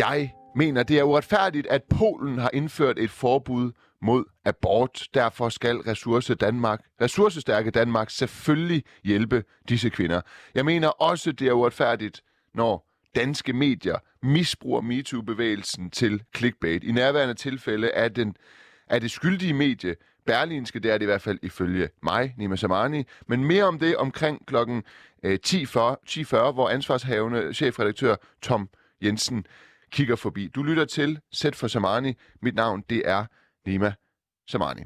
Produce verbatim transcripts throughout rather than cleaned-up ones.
Jeg mener, det er uretfærdigt, at Polen har indført et forbud mod abort. Derfor skal ressource Danmark, ressourcestærke Danmark selvfølgelig hjælpe disse kvinder. Jeg mener også, det er uretfærdigt, når danske medier misbruger MeToo-bevægelsen til clickbait. I nærværende tilfælde er, den, er det skyldige medie Berlingske, det er det i hvert fald ifølge mig, Nima Samani. Men mere om det omkring klokken ti fyrre, hvor ansvarshavende chefredaktør Tom Jensen kigger forbi. Du lytter til Sæt for Samani. Mit navn, det er Nima Samani.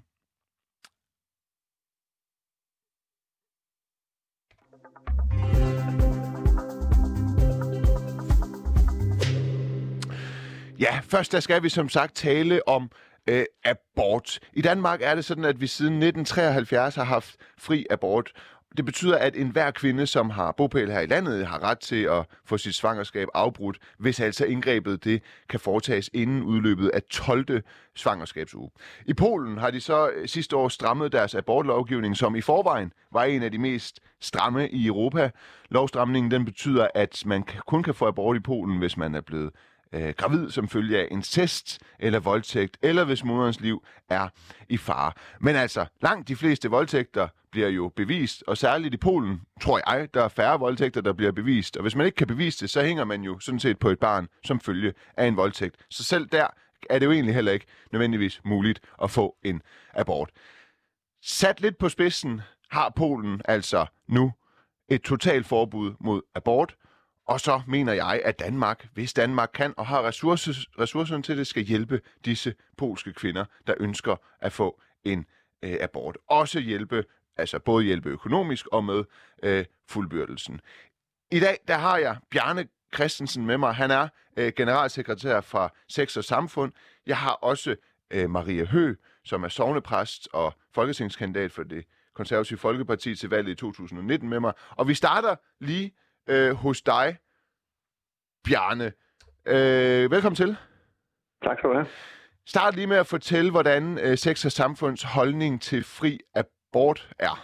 Ja, først der skal vi som sagt tale om øh, abort. I Danmark er det sådan, at vi siden nitten treoghalvfjerds har haft fri abort. Det betyder, at enhver kvinde, som har bopæl her i landet, har ret til at få sit svangerskab afbrudt, hvis altså indgrebet det kan foretages inden udløbet af tolvte svangerskabsuge. I Polen har de så sidste år strammet deres abortlovgivning, som i forvejen var en af de mest stramme i Europa. Lovstramningen den betyder, at man kun kan få abort i Polen, hvis man er blevet øh, gravid som følge af incest eller voldtægt, eller hvis moderens liv er i fare. Men altså, langt de fleste voldtægter bliver jo bevist, og særligt i Polen, tror jeg, der er færre voldtægter, der bliver bevist. Og hvis man ikke kan bevise det, så hænger man jo sådan set på et barn som følge af en voldtægt. Så selv der er det jo egentlig heller ikke nødvendigvis muligt at få en abort. Sat lidt på spidsen har Polen altså nu et totalt forbud mod abort, og så mener jeg, at Danmark, hvis Danmark kan og har ressources, ressourcerne til det, skal hjælpe disse polske kvinder, der ønsker at få en øh, abort. Også hjælpe Altså både hjælpe økonomisk og med øh, fuldbyrdelsen. I dag der har jeg Bjarne Christensen med mig. Han er øh, generalsekretær fra Sex og Samfund. Jeg har også øh, Maria Høgh, som er sognepræst og folketingskandidat for det Konservative Folkeparti til valget i to tusind og nitten med mig. Og vi starter lige øh, hos dig, Bjarne. Øh, velkommen til. Tak skal du have. Start lige med at fortælle, hvordan øh, Sex og Samfunds holdning til fri abort Abort er?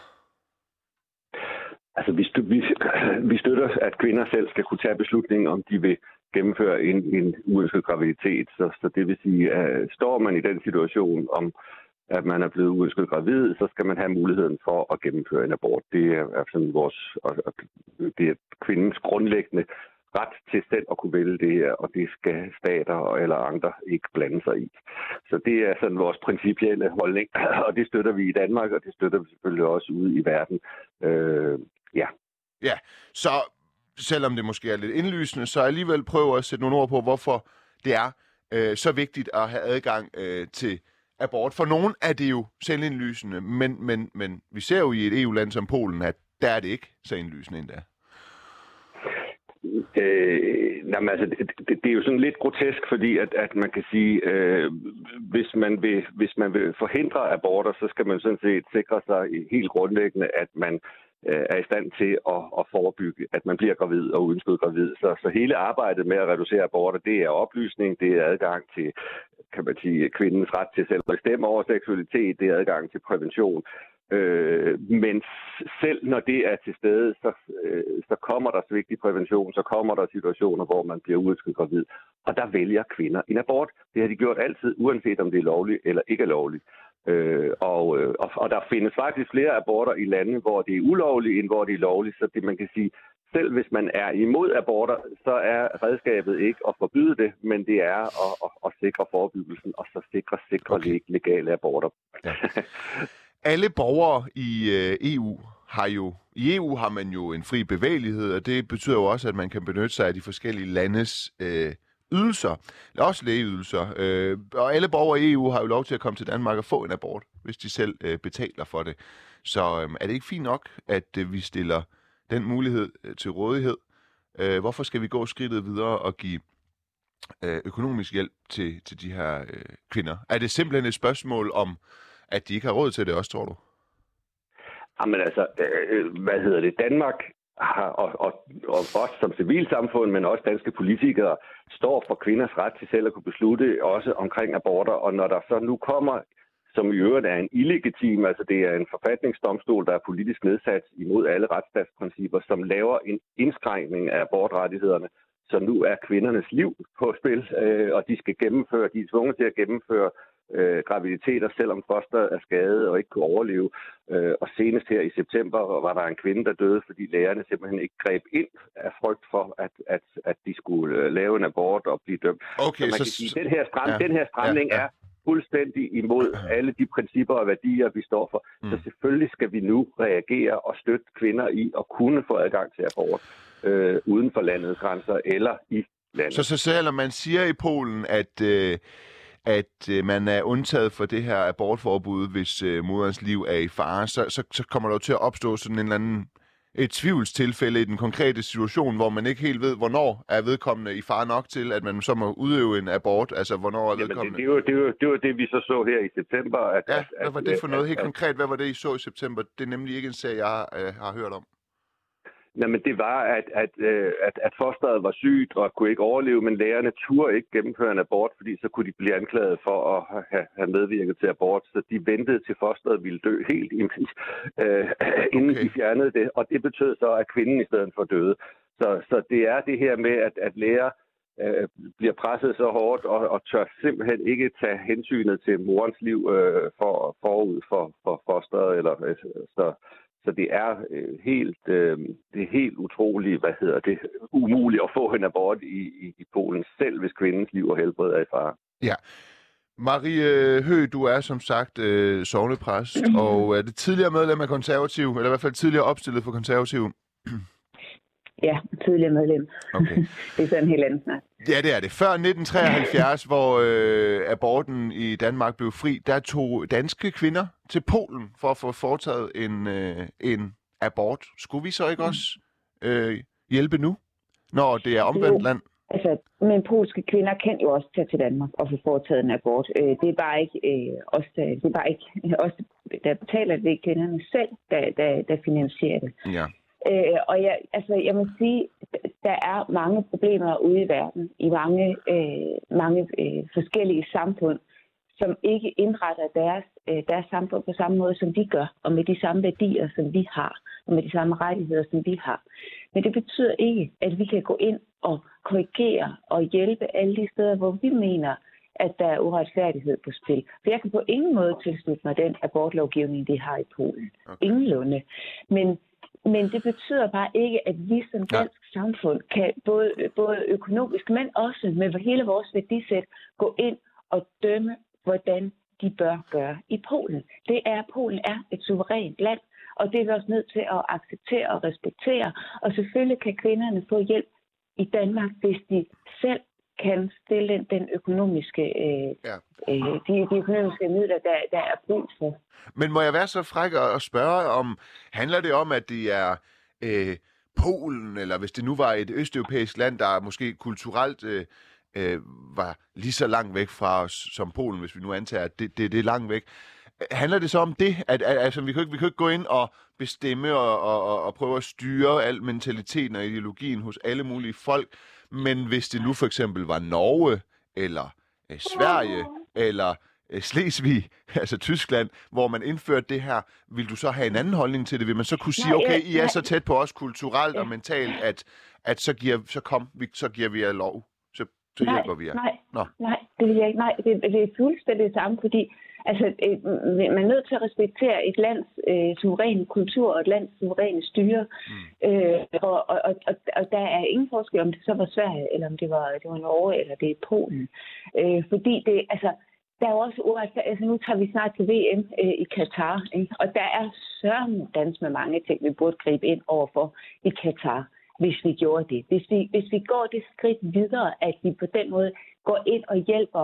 Altså, vi, stø- vi, vi støtter, at kvinder selv skal kunne tage beslutningen, om de vil gennemføre en, en uønsket graviditet. Så, så det vil sige, at står man i den situation, om at man er blevet uønsket gravid, så skal man have muligheden for at gennemføre en abort. Det er sådan vores, det er kvindens grundlæggende ret til selv at kunne vælge det her, og det skal stater eller andre ikke blande sig i. Så det er sådan vores principielle holdning, og det støtter vi i Danmark, og det støtter vi selvfølgelig også ude i verden. Øh, ja. Ja, så selvom det måske er lidt indlysende, så alligevel prøver at sætte nogle ord på, hvorfor det er øh, så vigtigt at have adgang øh, til abort. For nogen er det jo selvindlysende, men, men, men vi ser jo i et E U-land som Polen, at der er det ikke så indlysende endda. Øh, jamen, altså, det, det, det er jo sådan lidt grotesk, fordi at, at man kan sige, øh, hvis, man vil, hvis man vil forhindre aborter, så skal man sådan set sikre sig helt grundlæggende, at man øh, er i stand til at, at forebygge, at man bliver gravid og uønsket gravid. Så, så hele arbejdet med at reducere aborter, det er oplysning, det er adgang til, kan man sige, kvindens ret til selv at bestemme over seksualitet, det er adgang til prævention. Øh, men selv når det er til stede, så, øh, så kommer der svigt i prævention, så kommer der situationer, hvor man bliver uønsket gravid. Og der vælger kvinder en abort. Det har de gjort altid, uanset om det er lovligt eller ikke er lovligt. Øh, og, og, og der findes faktisk flere aborter i lande, hvor det er ulovligt, end hvor det er lovligt. Så det man kan sige, selv hvis man er imod aborter, så er redskabet ikke at forbyde det, men det er at, at, at sikre forebyggelsen og så sikre, sikre okay. legale aborter. Ja. Alle borgere i øh, E U har jo, i E U har man jo en fri bevægelighed, og det betyder jo også, at man kan benytte sig af de forskellige landes øh, ydelser, også lægeydelser. Øh, og alle borgere i E U har jo lov til at komme til Danmark og få en abort, hvis de selv øh, betaler for det. Så øh, er det ikke fint nok, at øh, vi stiller den mulighed øh, til rådighed? Øh, hvorfor skal vi gå skridtet videre og give øh, økonomisk hjælp til, til de her øh, kvinder? Er det simpelthen et spørgsmål om, at de ikke har råd til det også, tror du? Jamen altså, øh, hvad hedder det? Danmark har, og, og, og også som civilsamfund, men også danske politikere, står for kvinders ret til selv at kunne beslutte også omkring aborter. Og når der så nu kommer, som i øvrigt er en illegitim, altså det er en forfatningsdomstol, der er politisk nedsat imod alle retsstatsprincipper, som laver en indskrænkning af abortrettighederne, Så nu er kvindernes liv på spil, øh, og de skal gennemføre, de er tvunget til at gennemføre øh, graviditeter, selvom fosteret er skadet og ikke kunne overleve. Øh, og senest her i september var der en kvinde, der døde, fordi lægerne simpelthen ikke greb ind af frygt for, at, at, at de skulle lave en abort og blive dømt. Okay, så man så, kan sige, at den her, stram, ja, den her stramning ja, ja. er fuldstændig imod alle de principper og værdier, vi står for. Mm. Så selvfølgelig skal vi nu reagere og støtte kvinder i at kunne få adgang til abort øh, uden for landets grænser eller i landet. Så, så selvom man siger i Polen, at, øh, at øh, man er undtaget for det her abortforbud, hvis øh, moderens liv er i fare, så, så, så kommer der jo til at opstå sådan en eller anden et tvivlstilfælde i den konkrete situation, hvor man ikke helt ved, hvornår er vedkommende i fare nok til, at man så må udøve en abort, altså hvornår er vedkommende... Det, det, det, det, det var det, vi så så her i september. At, ja, at, hvad var det for noget at, helt at, konkret? Hvad var det, I så i september? Det er nemlig ikke en sag, jeg har, øh, har hørt om. Jamen, det var, at, at, at, at fosteret var sygt og kunne ikke overleve, men lægerne turde ikke gennemføre en abort, fordi så kunne de blive anklaget for at have, have medvirket til abort. Så de ventede til fosteret ville dø helt, imens, øh, inden okay. de fjernede det. Og det betød så, at kvinden i stedet for døde. Så, så det er det her med, at, at læger øh, bliver presset så hårdt og, og tør simpelthen ikke tage hensynet til morens liv øh, for, forud for, for fosteret. Eller, øh, så... Så det er øh, helt, øh, det er helt utroligt, hvad hedder det, umuligt at få en abort i, i, i Polen, selv hvis kvindens liv og helbred er i fare. Ja. Marie Høgh, du er som sagt øh, sognepræst, og er det tidligere medlem af Konservativ, eller i hvert fald tidligere opstillet for Konservativ? Ja, tidligere medlem. Okay. Det er sådan en helt anden snak. Ja, det er det. Før nitten treoghalvfjerds, hvor øh, aborten i Danmark blev fri, der tog danske kvinder til Polen for at få foretaget en, øh, en abort. Skulle vi så ikke også øh, hjælpe nu, når det er omvendt land? Altså, men polske kvinder kan jo også tage til Danmark og få foretaget en abort. Øh, det er bare ikke øh, os, der, det er bare ikke os, der betaler det. Det er kvinderne selv, der, der, der finansierer det. Ja. Øh, og jeg, altså, jeg må sige, der er mange problemer ude i verden, i mange, øh, mange øh, forskellige samfund, som ikke indretter deres, øh, deres samfund på samme måde, som vi gør, og med de samme værdier, som vi har, og med de samme rettigheder, som vi har. Men det betyder ikke, at vi kan gå ind og korrigere og hjælpe alle de steder, hvor vi mener, at der er uretfærdighed på spil. For jeg kan på ingen måde tilslutte mig den abortlovgivning, de har i Polen. Okay. Ingenlunde. Men Men det betyder bare ikke, at vi som dansk ja. samfund kan både, både økonomisk, men også med hele vores værdisæt gå ind og dømme, hvordan de bør gøre i Polen. Det er, Polen er et suverænt land, og det er vi også nødt til at acceptere og respektere. Og selvfølgelig kan kvinderne få hjælp i Danmark, hvis de selv kan stille den, den økonomiske, øh, ja. øh, de, de økonomiske midler, der, der er brug for. Men må jeg være så fræk og spørge om, handler det om, at det er øh, Polen, eller hvis det nu var et østeuropæisk land, der måske kulturelt øh, øh, var lige så langt væk fra os som Polen, hvis vi nu antager, at det, det, det er langt væk. Handler det så om det, at, at altså, vi, kan ikke, vi kan ikke gå ind og bestemme og, og, og prøve at styre al mentaliteten og ideologien hos alle mulige folk, men hvis det nu for eksempel var Norge, eller øh, Sverige, eller øh, Slesvig, altså Tyskland, hvor man indførte det her, vil du så have en anden holdning til det? Vil man så kunne sige, okay, I er så tæt på os kulturelt og mentalt, at, at så, giver, så kom, vi, så giver vi jer lov, så, så nej, hjælper vi jer? Nej, Nå. nej, det vil jeg ikke. Nej, det, det er fuldstændig det samme, fordi altså, man er nødt til at respektere et lands øh, suveræne kultur og et lands suveræne styre. Mm. Øh, og, og, og, og der er ingen forskel, om det så var Sverige, eller om det var, det var Norge, eller det er Polen. Øh, fordi det, altså, der er også uretfærdigt. Altså, nu tager vi snart til V M øh, i Katar, ikke? Og der er sørme dans med mange ting, vi burde gribe ind overfor i Katar, hvis vi gjorde det. Hvis vi, hvis vi går det skridt videre, at vi på den måde går ind og hjælper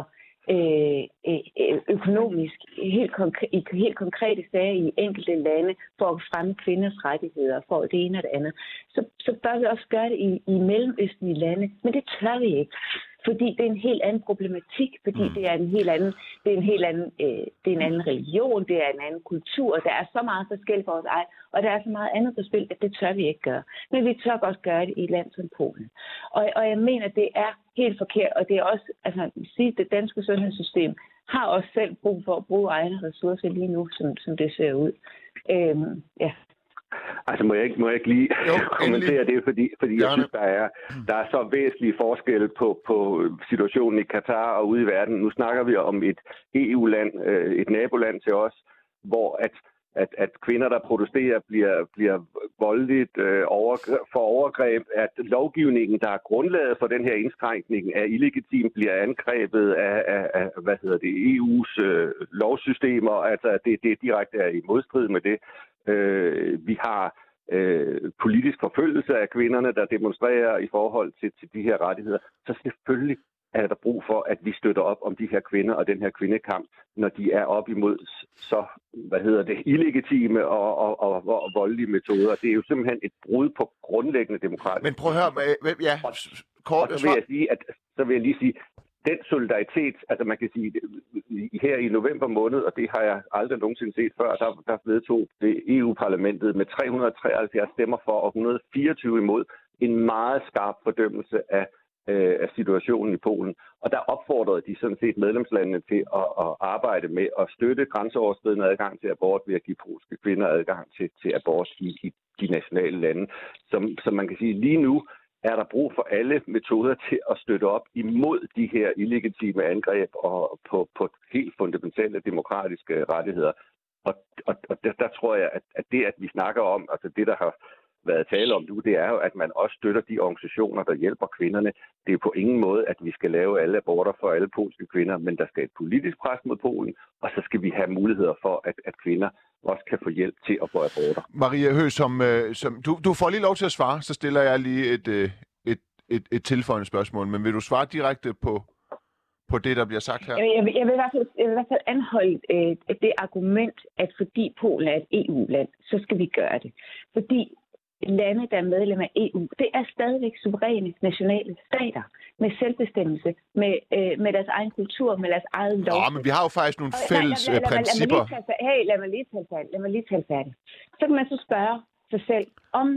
økonomisk helt konkre- i helt konkrete sager i enkelte lande for at fremme kvinders rettigheder, for det ene og det andet, så, så bør vi også gøre det i, i mellemøstlige lande. Men det tør vi ikke, fordi det er en helt anden problematik, fordi mm. det er en helt anden, det er en helt anden, øh, det er en anden religion, det er en anden kultur, og der er så meget forskel for os ej, og der er så meget andet på spil, at det tør vi ikke gøre. Men vi tør også gøre det i et land som Polen. Og, og jeg mener, det er helt forkert, og det er også, altså, sige, det danske sundhedssystem har også selv brug for at bruge egne ressourcer lige nu, som, som det ser ud. Øhm, ja. Altså må jeg ikke, må jeg ikke lige jo, kommentere det, fordi, fordi jeg synes, der er, der er så væsentlige forskelle på, på situationen i Katar og ude i verden. Nu snakker vi om et E U-land, et naboland til os, hvor at, at, at kvinder, der protesterer, bliver, bliver voldeligt øh, over, for overgreb, at lovgivningen, der er grundlaget for den her indskrænkning af illegitim, bliver angrebet af, af, af hvad hedder det, E U's øh, lovsystemer, altså det, det direkte er i modstrid med det. Øh, vi har øh, politisk forfølgelse af kvinderne, der demonstrerer i forhold til, til de her rettigheder. Så selvfølgelig er der brug for, at vi støtter op om de her kvinder og den her kvindekamp, når de er op imod så, hvad hedder det, illegitime og, og, og, og voldelige metoder. Det er jo simpelthen et brud på grundlæggende demokrati. Men prøv at høre, ja, kort og så vil jeg sige, at så vil jeg lige sige, den solidaritet, altså man kan sige, her i november måned, og det har jeg aldrig nogensinde set før, der, der vedtog det E U-parlamentet med tre hundrede og treoghalvfjerds stemmer for og et hundrede og fireogtyve imod en meget skarp fordømmelse af, øh, af situationen i Polen. Og der opfordrede de sådan set medlemslandene til at, at arbejde med at støtte grænseoverskridende adgang til abort ved at give polske kvinder adgang til, til abort i, i de nationale lande. Som, som man kan sige, lige nu er der brug for alle metoder til at støtte op imod de her illegitime angreb og på, på helt fundamentale demokratiske rettigheder. Og, og, og der, der tror jeg, at, at det, at vi snakker om, altså det, der har været tale om nu, det er jo, at man også støtter de organisationer, der hjælper kvinderne. Det er på ingen måde, at vi skal lave alle aborter for alle polske kvinder, men der skal et politisk pres mod Polen, og så skal vi have muligheder for, at, at kvinder også kan få hjælp til at få aborter. Maria Høgh, som, øh, som, du, du får lige lov til at svare, så stiller jeg lige et, øh, et, et, et tilføjende spørgsmål, men vil du svare direkte på, på det, der bliver sagt her? Jeg vil, jeg vil, i, hvert fald, jeg vil i hvert fald anholde øh, det argument, at fordi Polen er et E U-land, så skal vi gøre det. Fordi lande, der er medlem af E U, det er stadigvæk suveræne nationale stater med selvbestemmelse, med, øh, med deres egen kultur, med deres eget lov. Ja, men vi har jo faktisk nogle fælles lad, lad, lad, principper. Lad, lad, lad, hey, lad mig lige tage færdig. Lad mig lige tage færdig. Så kan man så spørge sig selv, om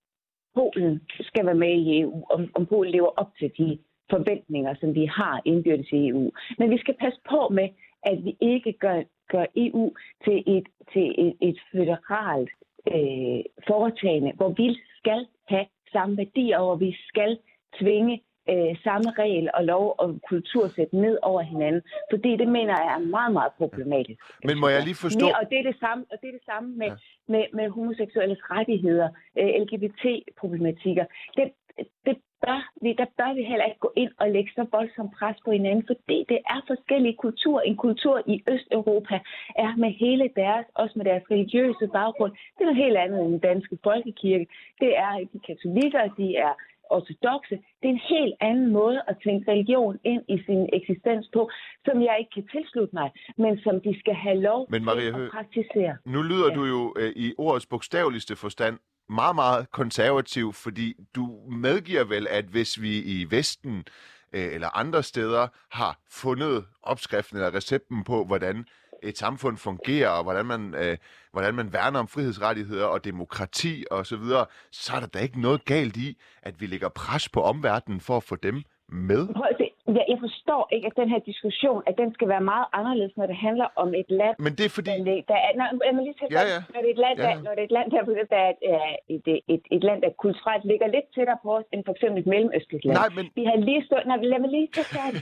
Polen skal være med i E U, om, om Polen lever op til de forventninger, som vi har indbyrdes i E U. Men vi skal passe på med, at vi ikke gør, gør E U til et, til et, et føderalt Øh, foretagende, hvor vi skal have samme værdier, og hvor vi skal tvinge øh, samme regel og lov og kultursæt ned over hinanden, fordi det mener jeg er meget, meget problematisk. Men må jeg lige forstå? Ja, og det er det samme, og det er det samme med, ja. med, med homoseksuelles rettigheder, øh, L G B T-problematikker. Det, det bør vi, der bør vi heller ikke gå ind og lægge så voldsomt pres på hinanden, fordi det er forskellige kulturer. En kultur i Østeuropa er med hele deres, også med deres religiøse baggrund, det er noget helt andet end den danske folkekirke. Det er de katolikker, de er ortodokse. Det er en helt anden måde at tænke religion ind i sin eksistens på, som jeg ikke kan tilslutte mig, men som de skal have lov men Maria til at praktisere. Nu lyder ja. du jo øh, i ordets bogstaveligste forstand meget, meget konservativ, fordi du medgiver vel, at hvis vi i Vesten øh, eller andre steder har fundet opskriften eller recepten på, hvordan et samfund fungerer, og hvordan man, øh, hvordan man værner om frihedsrettigheder og demokrati osv., så, videre, så er der da ikke noget galt i, at vi lægger pres på omverdenen for at få dem med. Ja, jeg forstår ikke, at den her diskussion, at den skal være meget anderledes, når det handler om et land. Men det er fordi... Der, der er, når, jeg må lige tage, ja, ja. Når det er et land, ja. der, når det er et land, der, der er et, et, et, et land, der kulturelt ligger lidt tættere på os, end for eksempel et mellemøstligt land. Nej, men... Vi har lige stået... Nej, lad mig lige tage færdigt.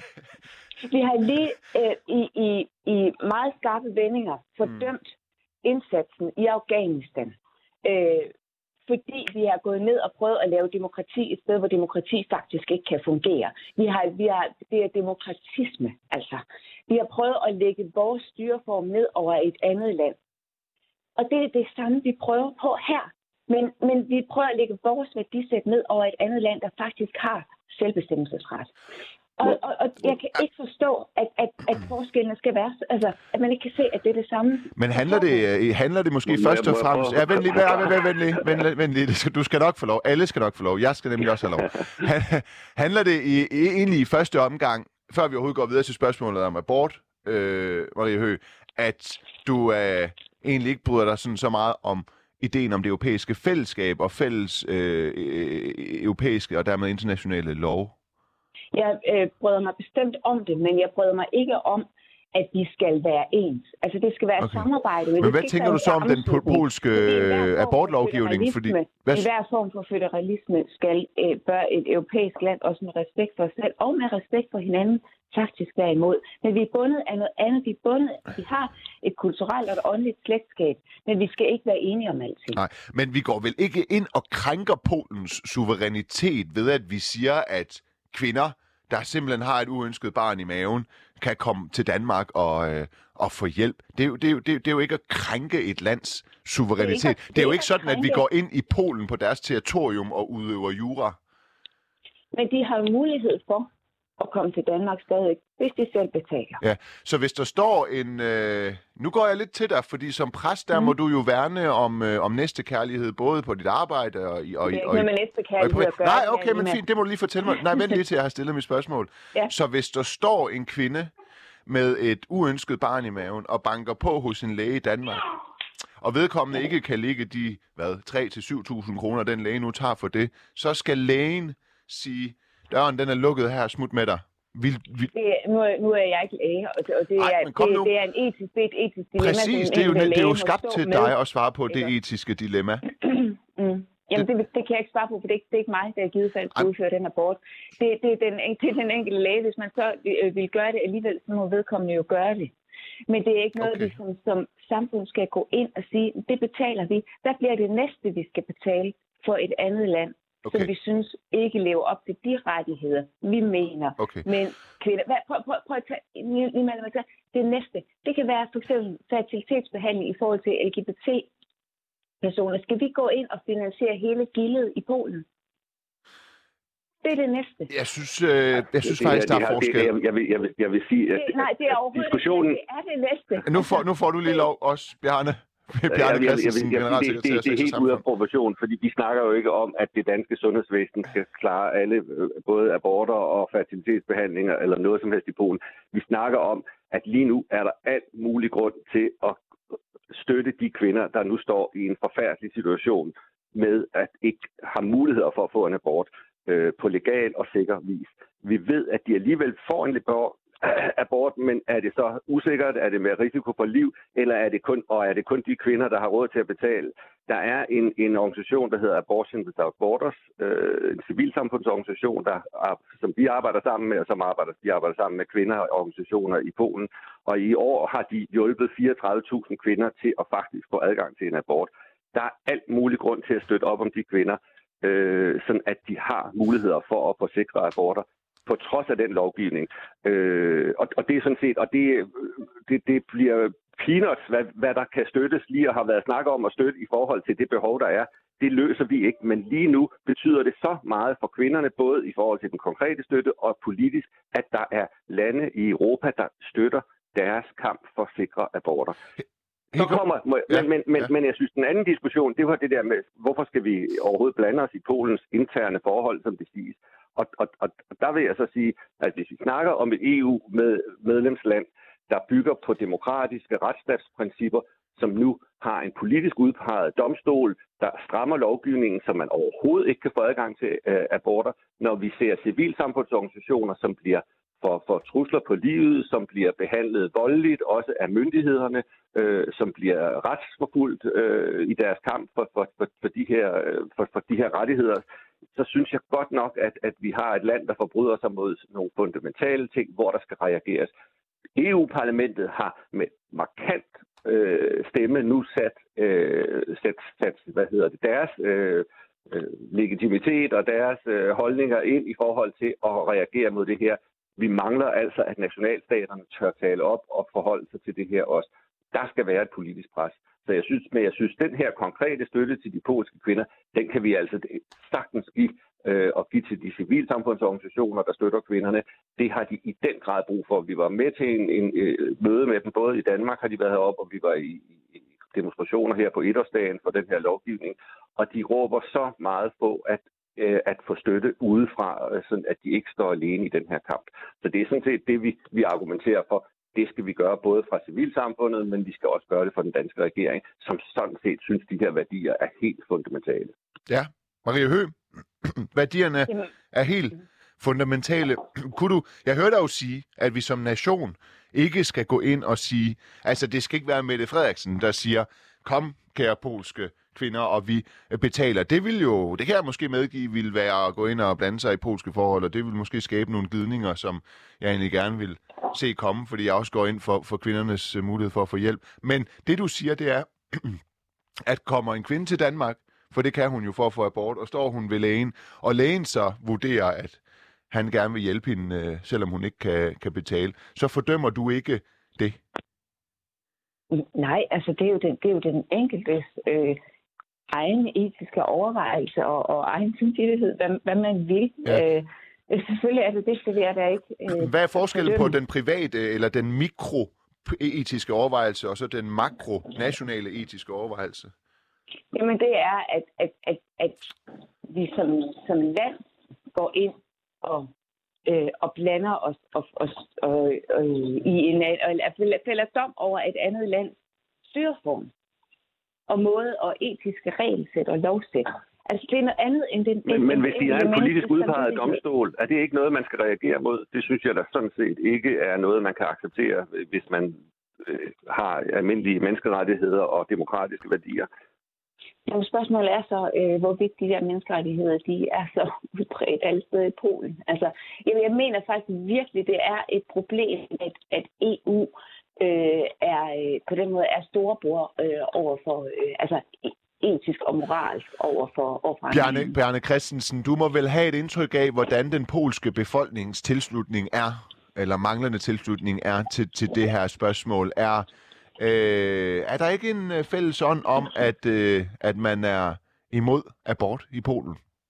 Vi har lige øh, i, i, i meget skarpe vendinger fordømt mm. indsatsen i Afghanistan. Øh, fordi vi har gået ned og prøvet at lave demokrati et sted, hvor demokrati faktisk ikke kan fungere. Vi har, vi har, det er demokratisme, altså. Vi har prøvet at lægge vores styreform ned over et andet land. Og det er det samme, vi prøver på her. Men, men vi prøver at lægge vores værdisæt ned over et andet land, der faktisk har selvbestemmelsesret. Og, og, og jeg kan ikke forstå, at, at, at forskellene skal være, altså, at man ikke kan se, at det er det samme. Men handler det, handler det måske først og fremmest... Ja, venlig, venlig, venlig, venlig, du skal nok få lov. Alle skal nok få lov. Jeg skal nemlig også have lov. Handler det i, egentlig i første omgang, før vi overhovedet går videre til spørgsmålet om abort, øh, Maria Høgh, at du øh, egentlig ikke bryder dig sådan så meget om ideen om det europæiske fællesskab og fælles øh, europæiske og dermed internationale lov? Jeg øh, bryder mig bestemt om det, men jeg bryder mig ikke om, at de skal være ens. Altså, det skal være okay. samarbejde. Men hvad tænker du så om den polske abortlovgivning? Fordi hvad... I hver form for føderalisme skal øh, bør et europæisk land også med respekt for sig selv og med respekt for hinanden faktisk være imod. Men vi er bundet af noget andet. Vi er bundet, vi har et kulturelt og et åndeligt slægtskab, men vi skal ikke være enige om alting. Nej, men vi går vel ikke ind og krænker Polens suverænitet ved, at vi siger, at kvinder, der simpelthen har et uønsket barn i maven, kan komme til Danmark og, øh, og få hjælp. Det er, jo, det, er jo, det, er, det er jo ikke at krænke et lands suverænitet. Det er, ikke, det er jo ikke sådan, at vi går ind i Polen på deres territorium og udøver jura. Men de har jo mulighed for at komme til Danmark stadig, hvis de selv betaler. Ja, så hvis der står en... Øh, nu går jeg lidt til dig, fordi som præst, der mm. må du jo værne om, øh, om næstekærlighed, både på dit arbejde og... i og, det er og, ikke med næstekærlighed at gøre. Nej, okay, men fint, det må du lige fortælle mig. Nej, vent lige til, jeg har stillet mit spørgsmål. Ja. Så hvis der står en kvinde med et uønsket barn i maven og banker på hos en læge i Danmark, og vedkommende ikke kan ligge de, hvad, tre til syv tusind kroner, den læge nu tager for det, så skal lægen sige... Døren, den er lukket her, smut med dig. Vil, vil... Det, nu, er, nu er jeg ikke læge, og det, og det, Ej, er, det, det er en etisk, det er et etisk dilemma. Præcis, det er jo, det er jo skabt til dig at svare på det etiske dilemma. mm. Jamen, det, det kan jeg ikke svare på, for det er ikke, det er ikke mig, der er givet fald skal udføre den abort. Det, det, er den, det er den enkelte læge. Hvis man så vil gøre det alligevel, så må vedkommende jo gøre det. Men det er ikke noget, okay. vi som, som samfund skal gå ind og sige, det betaler vi. Hvad bliver det næste, vi skal betale for et andet land? Okay. Som vi synes ikke lever op til de rettigheder, vi mener. Okay. Men kvinder... Hvad, prøv, prøv, prøv at tage... Det næste, det kan være for eksempel fertilitetsbehandling i forhold til L G B T-personer. Skal vi gå ind og finansiere hele gildet i Polen? Det er det næste. Jeg synes, øh, jeg synes det, faktisk, det, der er forskel. Det, jeg, vil, jeg, vil, jeg vil sige, at det, nej, det er overhovedet diskussionen... det er det næste. Nu får, nu får du lige lov også, Bjarne. Bjarne Christensen, det, det, det er helt ude af proportion, fordi vi snakker jo ikke om, at det danske sundhedsvæsen skal klare alle, både aborter og fertilitetsbehandlinger eller noget som helst i Polen. Vi snakker om, at lige nu er der alt mulig grund til at støtte de kvinder, der nu står i en forfærdelig situation med at ikke have muligheder for at få en abort øh, på legal og sikker vis. Vi ved, at de alligevel får en abort, men er det så usikkert? Er det med risiko for liv? Eller er det kun, og er det kun de kvinder, der har råd til at betale? Der er en, en organisation, der hedder Abortion Without Borders, øh, en civilsamfundsorganisation, der, som vi arbejder sammen med, og som arbejder, de arbejder sammen med kvinder og organisationer i Polen. Og i år har de hjulpet fireogtredive tusind kvinder til at faktisk få adgang til en abort. Der er alt mulig grund til at støtte op om de kvinder, øh, sådan at de har muligheder for at få sikre aborter, på trods af den lovgivning. Øh, og, og det er sådan set, og det, det, det bliver peanuts, hvad, hvad der kan støttes lige og har været snak om at støtte i forhold til det behov, der er. Det løser vi ikke, men lige nu betyder det så meget for kvinderne, både i forhold til den konkrete støtte og politisk, at der er lande i Europa, der støtter deres kamp for sikre aborter. Så kommer, men, men, men, men jeg synes, den anden diskussion, det var det der med, hvorfor skal vi overhovedet blande os i Polens interne forhold, som det siges. Og, og, og der vil jeg så sige, at hvis vi snakker om et E U-medlemsland, der bygger på demokratiske retsstatsprincipper, som nu har en politisk udpeget domstol, der strammer lovgivningen, så man overhovedet ikke kan få adgang til øh, aborter, når vi ser civilsamfundsorganisationer, som bliver for, for trusler på livet, som bliver behandlet voldeligt, også af myndighederne, øh, som bliver retsforfulgt øh, i deres kamp for, for, for, for, de her, for, for de her rettigheder, så synes jeg godt nok, at, at vi har et land, der forbryder sig mod nogle fundamentale ting, hvor der skal reageres. E U-parlamentet har med markant øh, stemme nu sat, øh, sat, sat hvad hedder det, deres øh, øh, legitimitet og deres øh, holdninger ind i forhold til at reagere mod det her. Vi mangler altså, at nationalstaterne tør tale op og forholde sig til det her også. Der skal være et politisk pres. Så jeg synes, men jeg synes, den her konkrete støtte til de polske kvinder, den kan vi altså sagtens give øh, og give til de civilsamfundsorganisationer, der støtter kvinderne. Det har de i den grad brug for. Vi var med til en, en øh, møde med dem, både i Danmark har de været heroppe, og vi var i, i demonstrationer her på etårsdagen for den her lovgivning. Og de råber så meget på, at øh, at få støtte udefra, øh, sådan at de ikke står alene i den her kamp. Så det er sådan set det, vi, vi argumenterer for. Det skal vi gøre både fra civilsamfundet, men vi skal også gøre det for den danske regering, som sådan set synes, de her værdier er helt fundamentale. Ja, Marie Høgh, værdierne er helt fundamentale. Kunne du, jeg hørte dig jo sige, at vi som nation ikke skal gå ind og sige, altså det skal ikke være Mette Frederiksen, der siger, kom kære polske kvinder, og vi betaler. Det vil jo, det kan jeg måske medgive, vil være at gå ind og blande sig i polske forhold, og det vil måske skabe nogle glidninger, som jeg egentlig gerne vil se komme, fordi jeg også går ind for, for kvindernes mulighed for at få hjælp. Men det du siger, det er, at kommer en kvinde til Danmark, for det kan hun jo for at få abort, og står hun ved lægen, og lægen så vurderer, at han gerne vil hjælpe hende, selvom hun ikke kan, kan betale, så fordømmer du ikke det? Nej, altså det er jo den, det er jo den enkeltes øh, egen etiske overvejelse og, og egen samvittighed, hvad, hvad man vil. Ja. Øh, selvfølgelig er det det, skal vi er der ikke. Øh, hvad er forskellen på den private eller den mikroetiske overvejelse og så den makronationale etiske overvejelse? Jamen det er, at, at, at, at vi som, som land går ind og, øh, og blander os og, og, og, og, i en og fælder dom over et andet lands styreform og måde og etiske regelsæt og lovsæt. Altså det er noget andet end den... Men, men hvis de er en politisk udpeget domstol, er det ikke noget, man skal reagere mod? Det synes jeg da sådan set ikke er noget, man kan acceptere, hvis man øh, har almindelige menneskerettigheder og demokratiske værdier. Jamen, spørgsmålet er så, øh, hvorvidt de der menneskerettigheder, de er så udbredt alle steder i Polen. Altså, jeg, jeg mener faktisk virkelig, det er et problem, at, at E U øh, er på den måde er storebror øh, over for, øh, altså etisk og moralsk over for, over for Bjarne, Bjarne Christensen, du må vel have et indtryk af, hvordan den polske befolknings tilslutning er, eller manglende tilslutning er til, til det her spørgsmål, er... Øh, er der ikke en fælles ånd om, at, øh, at man er imod abort i Polen?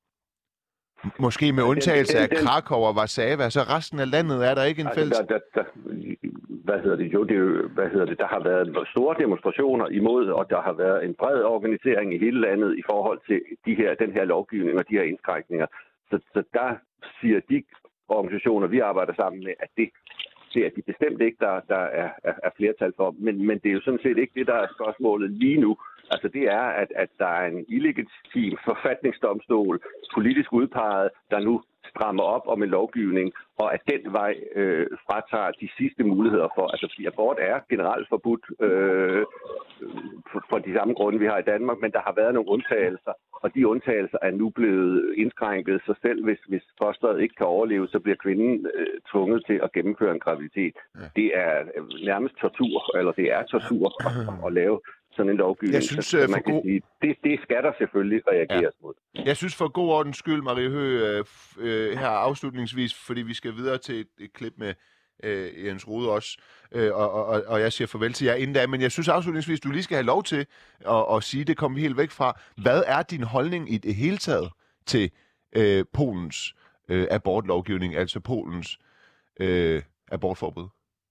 Måske med undtagelse af Krakow og Warszawa, så resten af landet er der ikke en altså, fælles... Der, der, der, hvad hedder det? Jo, det er jo, hvad hedder det? Der har været store demonstrationer imod, og der har været en bred organisering i hele landet i forhold til de her, den her lovgivning og de her indskrænkninger. Så, så der siger de organisationer, vi arbejder sammen med, at det det er de bestemt ikke, der, der er, er, er flertal for. Men, men det er jo sådan set ikke det, der er spørgsmålet lige nu. Altså det er, at, at der er en illegitim forfatningsdomstol, politisk udpeget, der nu strammer op om en lovgivning, og at den vej øh, fratager de sidste muligheder for. Altså abort er generelt forbudt øh, for, for de samme grunde, vi har i Danmark, men der har været nogle undtagelser, og de undtagelser er nu blevet indskrænket, så selv hvis, hvis fosteret ikke kan overleve, så bliver kvinden øh, tvunget til at gennemføre en graviditet. Ja. Det er nærmest tortur, eller det er tortur at, at lave sådan en lovgivning. Jeg synes, så, man for kan god... sige, det, det skal der selvfølgelig reageres ja. mod. Jeg synes for god ordens skyld, Marie Høgh, øh, her afslutningsvis, fordi vi skal videre til et, et klip med øh, Jens Rohde også, øh, og, og, og jeg siger farvel til jer inden da, men jeg synes afslutningsvis, du lige skal have lov til at, at sige, det kommer vi helt væk fra. Hvad er din holdning i det hele taget til øh, Polens øh, abortlovgivning, altså Polens øh, abortforbud?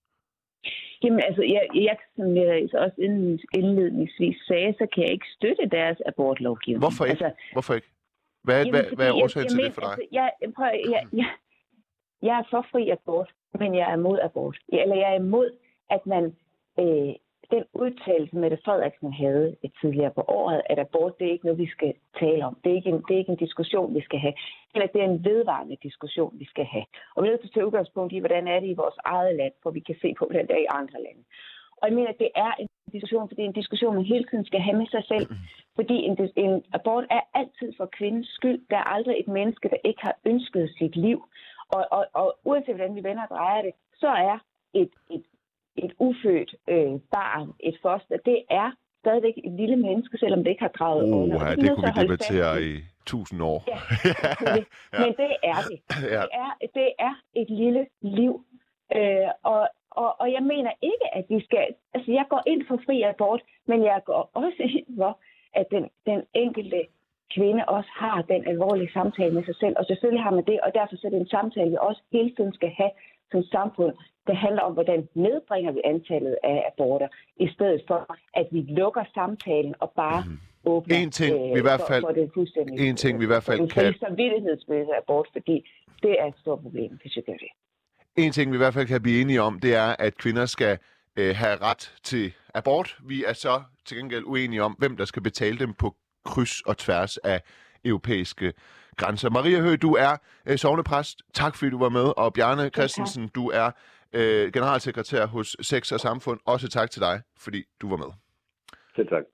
Jamen altså, jeg, jeg som jeg også indledningsvis sagde, så kan jeg ikke støtte deres abortlovgivning. Hvorfor ikke? Altså, Hvorfor ikke? Hvad, jamen, hvad, hvad er årsagen til det for dig? Altså, jeg, prøv, jeg, jeg, jeg er for fri abort, men jeg er imod abort. Eller jeg er imod, at man... Øh, den udtalelse, Mette Frederiksen havde tidligere på året, at abort, det er ikke noget, vi skal tale om. Det er ikke en, det er ikke en diskussion, vi skal have. Eller det er en vedvarende diskussion, vi skal have. Og vi er nødt til at tage udgangspunkt i, hvordan er det i vores eget land, for vi kan se på, hvordan det er i andre lande. Og jeg mener, at det er en diskussion, for det er en diskussion, man hele tiden skal have med sig selv. Fordi en, en abort er altid for kvindens skyld. Der er aldrig et menneske, der ikke har ønsket sit liv. Og, og, og uanset hvordan vi vender og drejer det, så er et, et et ufødt øh, barn, et foster, det er stadigvæk et lille menneske, selvom det ikke har draget uh, under. Ja, det kunne vi debattere i tusind år. Ja, ja. Men det er det. Ja. Det, er, det er et lille liv. Øh, og, og, og jeg mener ikke, at vi skal... Altså, jeg går ind for fri abort, men jeg går også ind for, at den, den enkelte kvinde også har den alvorlige samtale med sig selv. Og selvfølgelig har man det, og derfor så er det en samtale, vi også hele tiden skal have som samfund. Det handler om, hvordan nedbringer vi antallet af aborter, i stedet for, at vi lukker samtalen og bare mm. åbner en ting, øh, vi i hvert fald, for, for det fuldstændig. En ting, vi i hvert fald en kan... En samvittighedsmæssig abort, fordi det er et stort problem, hvis vi gør det. En ting, vi i hvert fald kan blive enige om, det er, at kvinder skal øh, have ret til abort. Vi er så til gengæld uenige om, hvem der skal betale dem på kryds og tværs af europæiske grænser. Maria Høgh, du er øh, sognepræst. Tak fordi du var med. Og Bjarne Christensen, du er øh, generalsekretær hos Sex og Samfund. Også tak til dig, fordi du var med. Selv tak.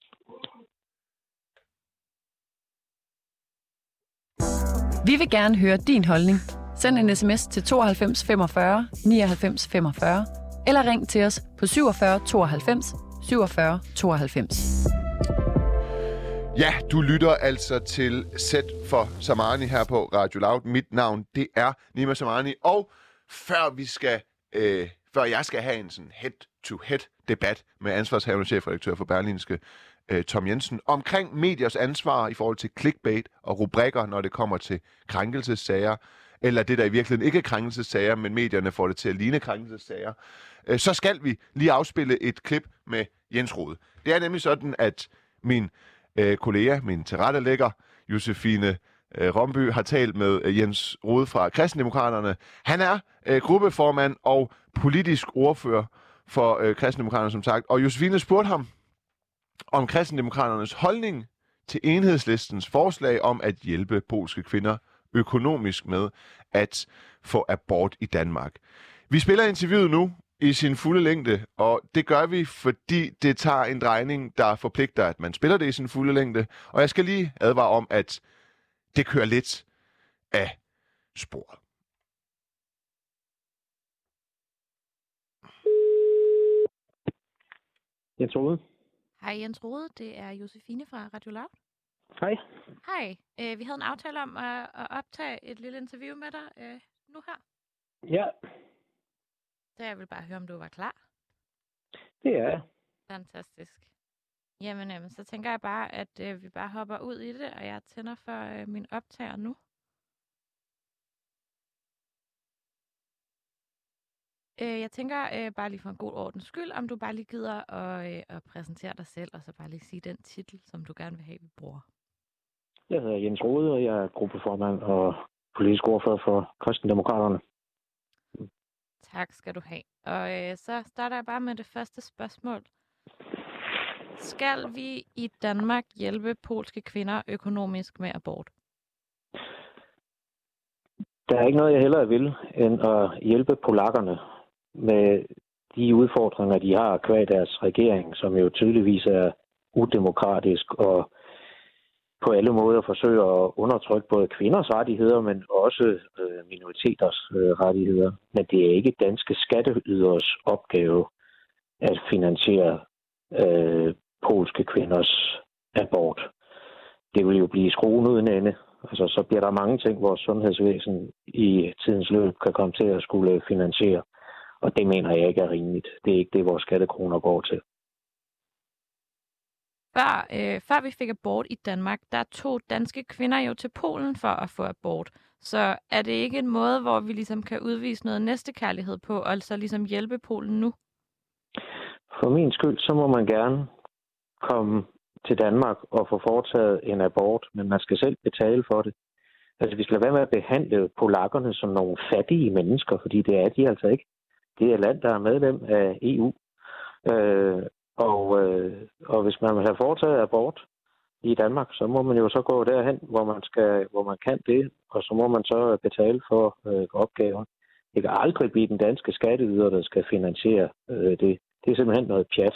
Vi vil gerne høre din holdning. Send en sms til tooghalvfems femogfyrre nioghalvfems femogfyrre eller ring til os på syvogfyrre tooghalvfems syvogfyrre tooghalvfems. Ja, du lytter altså til Sæt for Samani her på Radio Loud. Mit navn, det er Nima Samani. Og før vi skal, øh, før jeg skal have en sådan head-to-head debat med ansvarshavende chefredaktør for Berlingske, øh, Tom Jensen, omkring mediers ansvar i forhold til clickbait og rubrikker, når det kommer til krænkelsessager, eller det, der i virkeligheden ikke er krænkelsessager, men medierne får det til at ligne krænkelsessager, øh, så skal vi lige afspille et klip med Jens Rohde. Det er nemlig sådan, at min øh, kollega, min tilrettelægger, Josefine øh, Romby, har talt med øh, Jens Rohde fra Kristendemokraterne. Han er øh, gruppeformand og politisk ordfører for øh, Kristendemokraterne, som sagt. Og Josefine spurgte ham om Kristendemokraternes holdning til Enhedslistens forslag om at hjælpe polske kvinder økonomisk med at få abort i Danmark. Vi spiller interviewet nu i sin fulde længde, og det gør vi, fordi det tager en drejning, der forpligter, at man spiller det i sin fulde længde. Og jeg skal lige advare om, at det kører lidt af sporet. Jens Rohde. Hej Jens Rohde, det er Josefine fra Radio Loud. Hej. Hej, øh, vi havde en aftale om at, at optage et lille interview med dig øh, nu her. Ja. Så jeg vil bare høre, om du var klar. Det er jeg. Fantastisk. Jamen, øh, så tænker jeg bare, at øh, vi bare hopper ud i det, og jeg tænder for øh, min optager nu. Øh, jeg tænker øh, bare lige for en god ordens skyld, om du bare lige gider at, øh, at præsentere dig selv, og så bare lige sige den titel, som du gerne vil have, vi bruger. Jeg hedder Jens Rohde, og jeg er gruppeformand og politisk ordfører for Kristendemokraterne. Tak skal du have. Og øh, så starter jeg bare med det første spørgsmål. Skal vi i Danmark hjælpe polske kvinder økonomisk med abort? Der er ikke noget, jeg hellere vil, end at hjælpe polakkerne med de udfordringer, de har kvad deres regering, som jo tydeligvis er udemokratisk og på alle måder forsøger at undertrykke både kvinders rettigheder, men også øh, minoriteters øh, rettigheder. Men det er ikke danske skatteyders opgave at finansiere øh, polske kvinders abort. Det vil jo blive skruen uden ende. Altså, så bliver der mange ting, vores sundhedsvæsen i tidens løb kan komme til at skulle finansiere. Og det mener jeg ikke er rimeligt. Det er ikke det, vores skattekroner går til. Før, øh, før vi fik abort i Danmark, der tog danske kvinder jo til Polen for at få abort. Så er det ikke en måde, hvor vi ligesom kan udvise noget næstekærlighed på, og altså ligesom hjælpe Polen nu? For min skyld, så må man gerne komme til Danmark og få foretaget en abort, men man skal selv betale for det. Altså, vi skal lade være med at behandle polakkerne som nogle fattige mennesker, fordi det er de altså ikke. Det er et land, der er medlem af E U. Øh, og, øh, og hvis man vil have foretaget abort i Danmark, så må man jo så gå derhen, hvor man, skal, hvor man kan det, og så må man så betale for øh, opgaven. Det kan aldrig blive den danske skatteyder, der skal finansiere øh, det. Det er simpelthen noget pjat.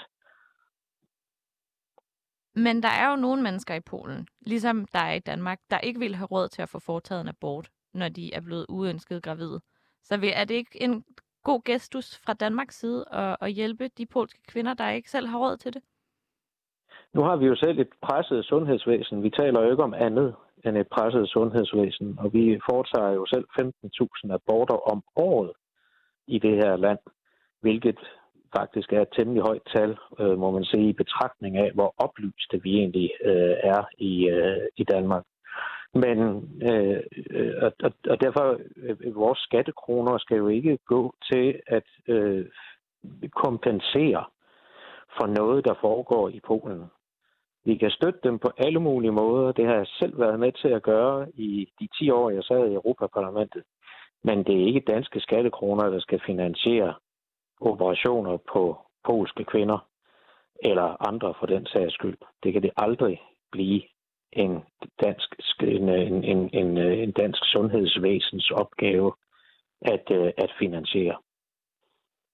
Men der er jo nogle mennesker i Polen, ligesom der er i Danmark, der ikke vil have råd til at få foretaget en abort, når de er blevet uønsket gravide. Så er det ikke en god gestus fra Danmarks side at, at hjælpe de polske kvinder, der ikke selv har råd til det? Nu har vi jo selv et presset sundhedsvæsen. Vi taler jo ikke om andet end et presset sundhedsvæsen, og vi foretager jo selv femten tusind aborter om året i det her land, hvilket faktisk er et temmelig højt tal, øh, må man sige, i betragtning af, hvor oplyste vi egentlig øh, er i, øh, i Danmark. Men øh, og, og derfor, øh, vores skattekroner skal jo ikke gå til at øh, kompensere for noget, der foregår i Polen. Vi kan støtte dem på alle mulige måder. Det har jeg selv været med til at gøre i de ti år, jeg sad i Europaparlamentet. Men det er ikke danske skattekroner, der skal finansiere operationer på polske kvinder eller andre for den sags skyld. Det kan det aldrig blive en dansk, en, en, en, en, en dansk sundhedsvæsens opgave at, at finansiere.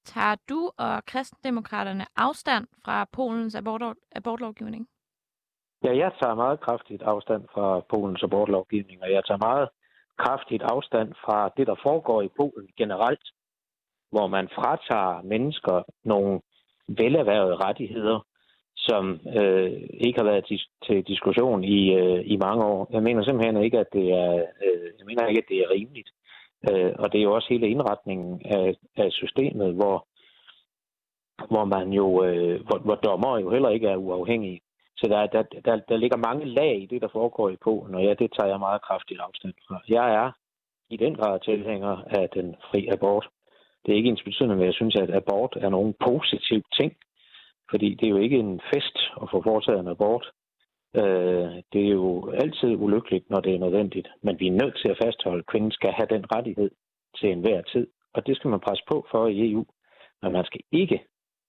Tager du og kristendemokraterne afstand fra Polens abort- abortlovgivning? Ja, jeg tager meget kraftigt afstand fra Polens abortlovgivning, og jeg tager meget kraftigt afstand fra det, der foregår i Polen generelt, hvor man fratager mennesker nogle velerhvervede rettigheder, som øh, ikke har været dis- til diskussion i, øh, i mange år. Jeg mener simpelthen ikke, at det er, øh, jeg mener ikke, at det er rimeligt. Øh, og det er jo også hele indretningen af, af systemet, hvor, hvor man jo, øh, hvor, hvor dommer jo heller ikke er uafhængige. Så der, der, der, der ligger mange lag i det, der foregår i Polen, og ja, det tager jeg meget kraftigt afstand fra. Jeg er i den grad tilhænger af den fri abort. Det er ikke ensbetydende med, at jeg synes, at abort er nogen positiv ting, fordi det er jo ikke en fest at få foretaget en abort. Det er jo altid ulykkeligt, når det er nødvendigt, men vi er nødt til at fastholde, at kvinden skal have den rettighed til enhver tid, og det skal man presse på for i E U, men man skal ikke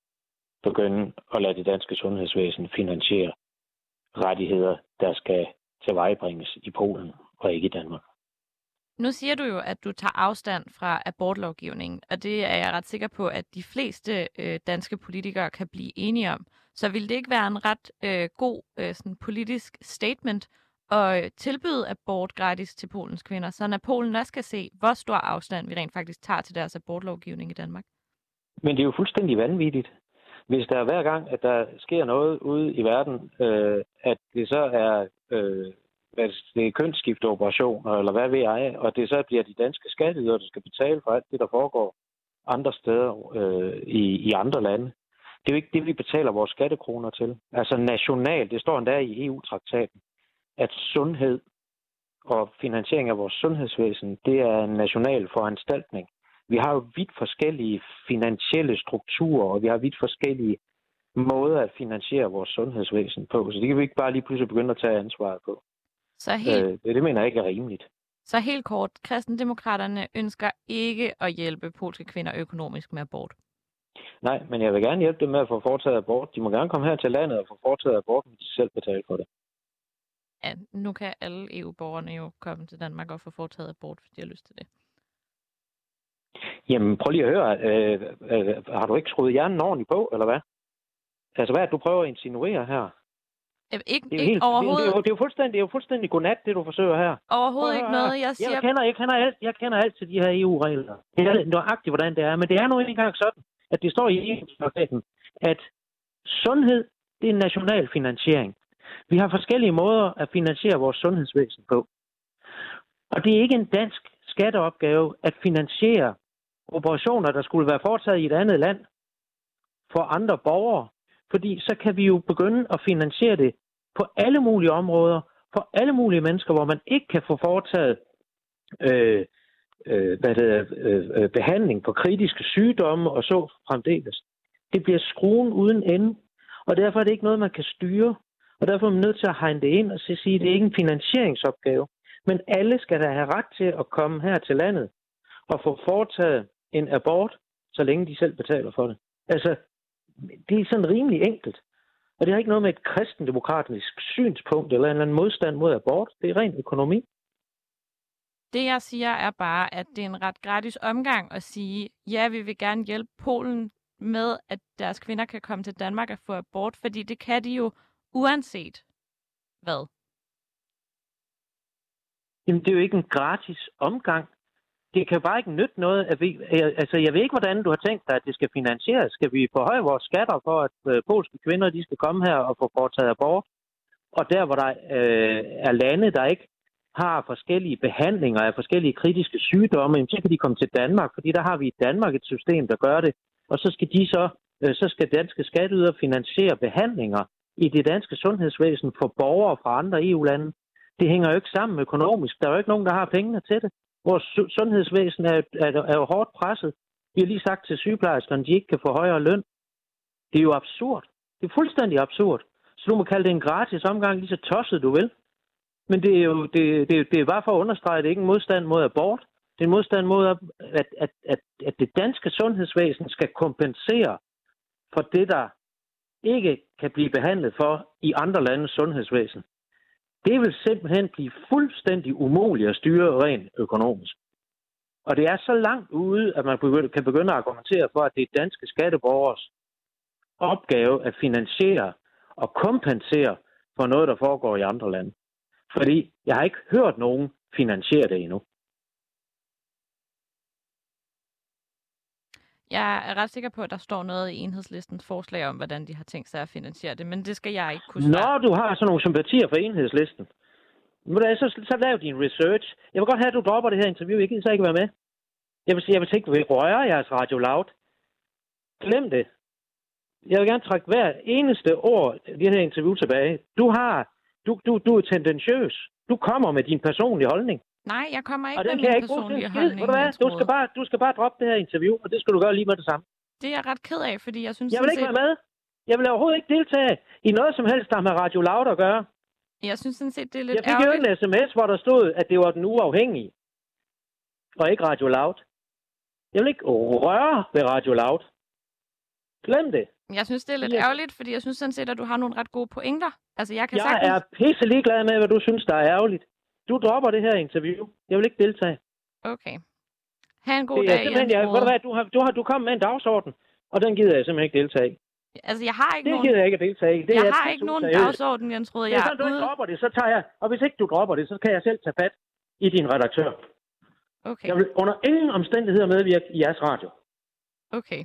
begynde at lade det danske sundhedsvæsen finansiere rettigheder, der skal tilvejebringes i Polen og ikke i Danmark. Nu siger du jo, at du tager afstand fra abortlovgivningen, og det er jeg ret sikker på, at de fleste øh, danske politikere kan blive enige om. Så vil det ikke være en ret øh, god øh, sådan politisk statement at øh, tilbyde abort gratis til Polens kvinder, så at Polen også kan se, hvor stor afstand vi rent faktisk tager til deres abortlovgivning i Danmark? Men det er jo fuldstændig vanvittigt. Hvis der hver gang, at der sker noget ude i verden, øh, at det så er, øh, det er kønsskifteoperationer, eller hvad ved jeg, og det så bliver de danske skatteydere, der skal betale for alt det, der foregår andre steder øh, i, i andre lande. Det er jo ikke det, vi betaler vores skattekroner til. Altså nationalt, det står endda i E U-traktaten, at sundhed og finansiering af vores sundhedsvæsen, det er en national foranstaltning. Vi har jo vidt forskellige finansielle strukturer, og vi har vidt forskellige måder at finansiere vores sundhedsvæsen på. Så det kan vi ikke bare lige pludselig begynde at tage ansvaret på. Så helt... øh, det, det mener jeg ikke er rimeligt. Så helt kort, kristendemokraterne ønsker ikke at hjælpe polske kvinder økonomisk med abort? Nej, men jeg vil gerne hjælpe dem med at få foretaget abort. De må gerne komme her til landet og få foretaget abort, men de selv betaler for det. Ja, nu kan alle E U-borgerne jo komme til Danmark og få foretaget abort, hvis de har lyst til det. Jamen, prøv lige at høre. Øh, øh, har du ikke skruet hjernen ordentligt på, eller hvad? Altså, hvad er det, du prøver at insinuere her? Øh, ikke, det er ikke helt, overhovedet. Det er, jo, det, er jo fuldstændig, det er jo fuldstændig godnat, det du forsøger her. Overhovedet ikke noget, jeg siger. Jeg kender, jeg, kender alt, jeg kender alt til de her E U-regler. Det er nøjagtigt, hvordan det er. Men det er nu engang sådan, at det står i E U-traktaten, at sundhed, det er en national finansiering. Vi har forskellige måder at finansiere vores sundhedsvæsen på. Og det er ikke en dansk skatteopgave at finansiere operationer, der skulle være foretaget i et andet land for andre borgere. Fordi så kan vi jo begynde at finansiere det på alle mulige områder, for alle mulige mennesker, hvor man ikke kan få foretaget øh, øh, hvad det er, øh, behandling på kritiske sygdomme og så fremdeles. Det bliver skruen uden ende, og derfor er det ikke noget, man kan styre. Og derfor er man nødt til at hegne det ind og sige, at det er ikke en finansieringsopgave. Men alle skal da have ret til at komme her til landet og få foretaget en abort, så længe de selv betaler for det. Altså, det er sådan rimelig enkelt. Og det har ikke noget med et kristendemokratisk synspunkt eller en eller anden modstand mod abort. Det er ren økonomi. Det, jeg siger, er bare, at det er en ret gratis omgang at sige, ja, vi vil gerne hjælpe Polen med, at deres kvinder kan komme til Danmark og få abort, fordi det kan de jo uanset hvad. Jamen, det er jo ikke en gratis omgang. Det kan bare ikke nytte noget. At vi, altså, jeg ved ikke, hvordan du har tænkt dig, at det skal finansieres. Skal vi forhøje vores skatter for, at øh, polske kvinder de skal komme her og få foretaget abort? Og der, hvor der øh, er lande, der ikke har forskellige behandlinger af forskellige kritiske sygdomme, så kan de komme til Danmark, fordi der har vi i Danmark et system, der gør det. Og så skal de så, øh, så skal danske skatteydere finansiere behandlinger i det danske sundhedsvæsen for borgere fra andre E U-lande. Det hænger jo ikke sammen økonomisk. Der er jo ikke nogen, der har pengene til det. Vores sundhedsvæsen er, er, er jo hårdt presset. Vi har lige sagt til sygeplejerskerne, at de ikke kan få højere løn. Det er jo absurd. Det er fuldstændig absurd. Så du må kalde det en gratis omgang, lige så tosset du vil. Men det er jo det, det, det er bare for at understrege, at det ikke er en modstand mod abort. Det er en modstand mod, at, at, at, at det danske sundhedsvæsen skal kompensere for det, der ikke kan blive behandlet for i andre landes sundhedsvæsen. Det vil simpelthen blive fuldstændig umuligt at styre rent økonomisk. Og det er så langt ude, at man kan begynde at argumentere for, at det er danske skatteborgers opgave at finansiere og kompensere for noget, der foregår i andre lande. Fordi jeg har ikke hørt nogen finansiere det endnu. Jeg er ret sikker på, at der står noget i Enhedslistens forslag om, hvordan de har tænkt sig at finansiere det, men det skal jeg ikke kunne svare. Når du har sådan nogle sympatier for Enhedslisten, så, så lav din research. Jeg vil godt have, at du dropper det her interview. Jeg kan så ikke være med. Jeg vil sige, jeg vil ikke, du vil røre jeres Radio Loud. Glem det. Jeg vil gerne trække hver eneste ord i det her interview tilbage. Du har, du, du, du er tendentiøs. Du kommer med din personlige holdning. Nej, jeg kommer ikke og med min ikke personlige holdning. Du, du, skal bare, du skal bare droppe det her interview, og det skal du gøre lige med det samme. Det er jeg ret ked af, fordi jeg synes... Jeg vil ikke set... være med. Jeg vil overhovedet ikke deltage i noget som helst, der har med Radio Loud at gøre. Jeg synes sådan set, det er lidt ærgerligt. Jeg fik jo en sms, hvor der stod, at det var den uafhængige, og ikke Radio Loud. Jeg vil ikke røre ved Radio Loud. Glem det. Jeg synes, det er lidt ærgerligt, fordi jeg synes sådan set, at du har nogle ret gode pointer. Altså, jeg kan jeg sagtens... er pisse ligeglad med, hvad du synes, der er ærgerligt. Du dropper det her interview. Jeg vil ikke deltage. Okay. Ha' en god det dag, Jens jeg, ved du, hvad, du, har, du, har, du kom med en dagsorden, og den gider jeg simpelthen ikke deltage i. Altså, jeg har ikke det nogen... gider jeg ikke at deltage i. Det jeg er har ikke nogen dagsorden, Jens Rohde. Jeg er så, du ikke dropper det, så tager jeg... Og hvis ikke du dropper det, så kan jeg selv tage fat i din redaktør. Okay. Jeg vil under ingen omstændigheder medvirke i jeres radio. Okay.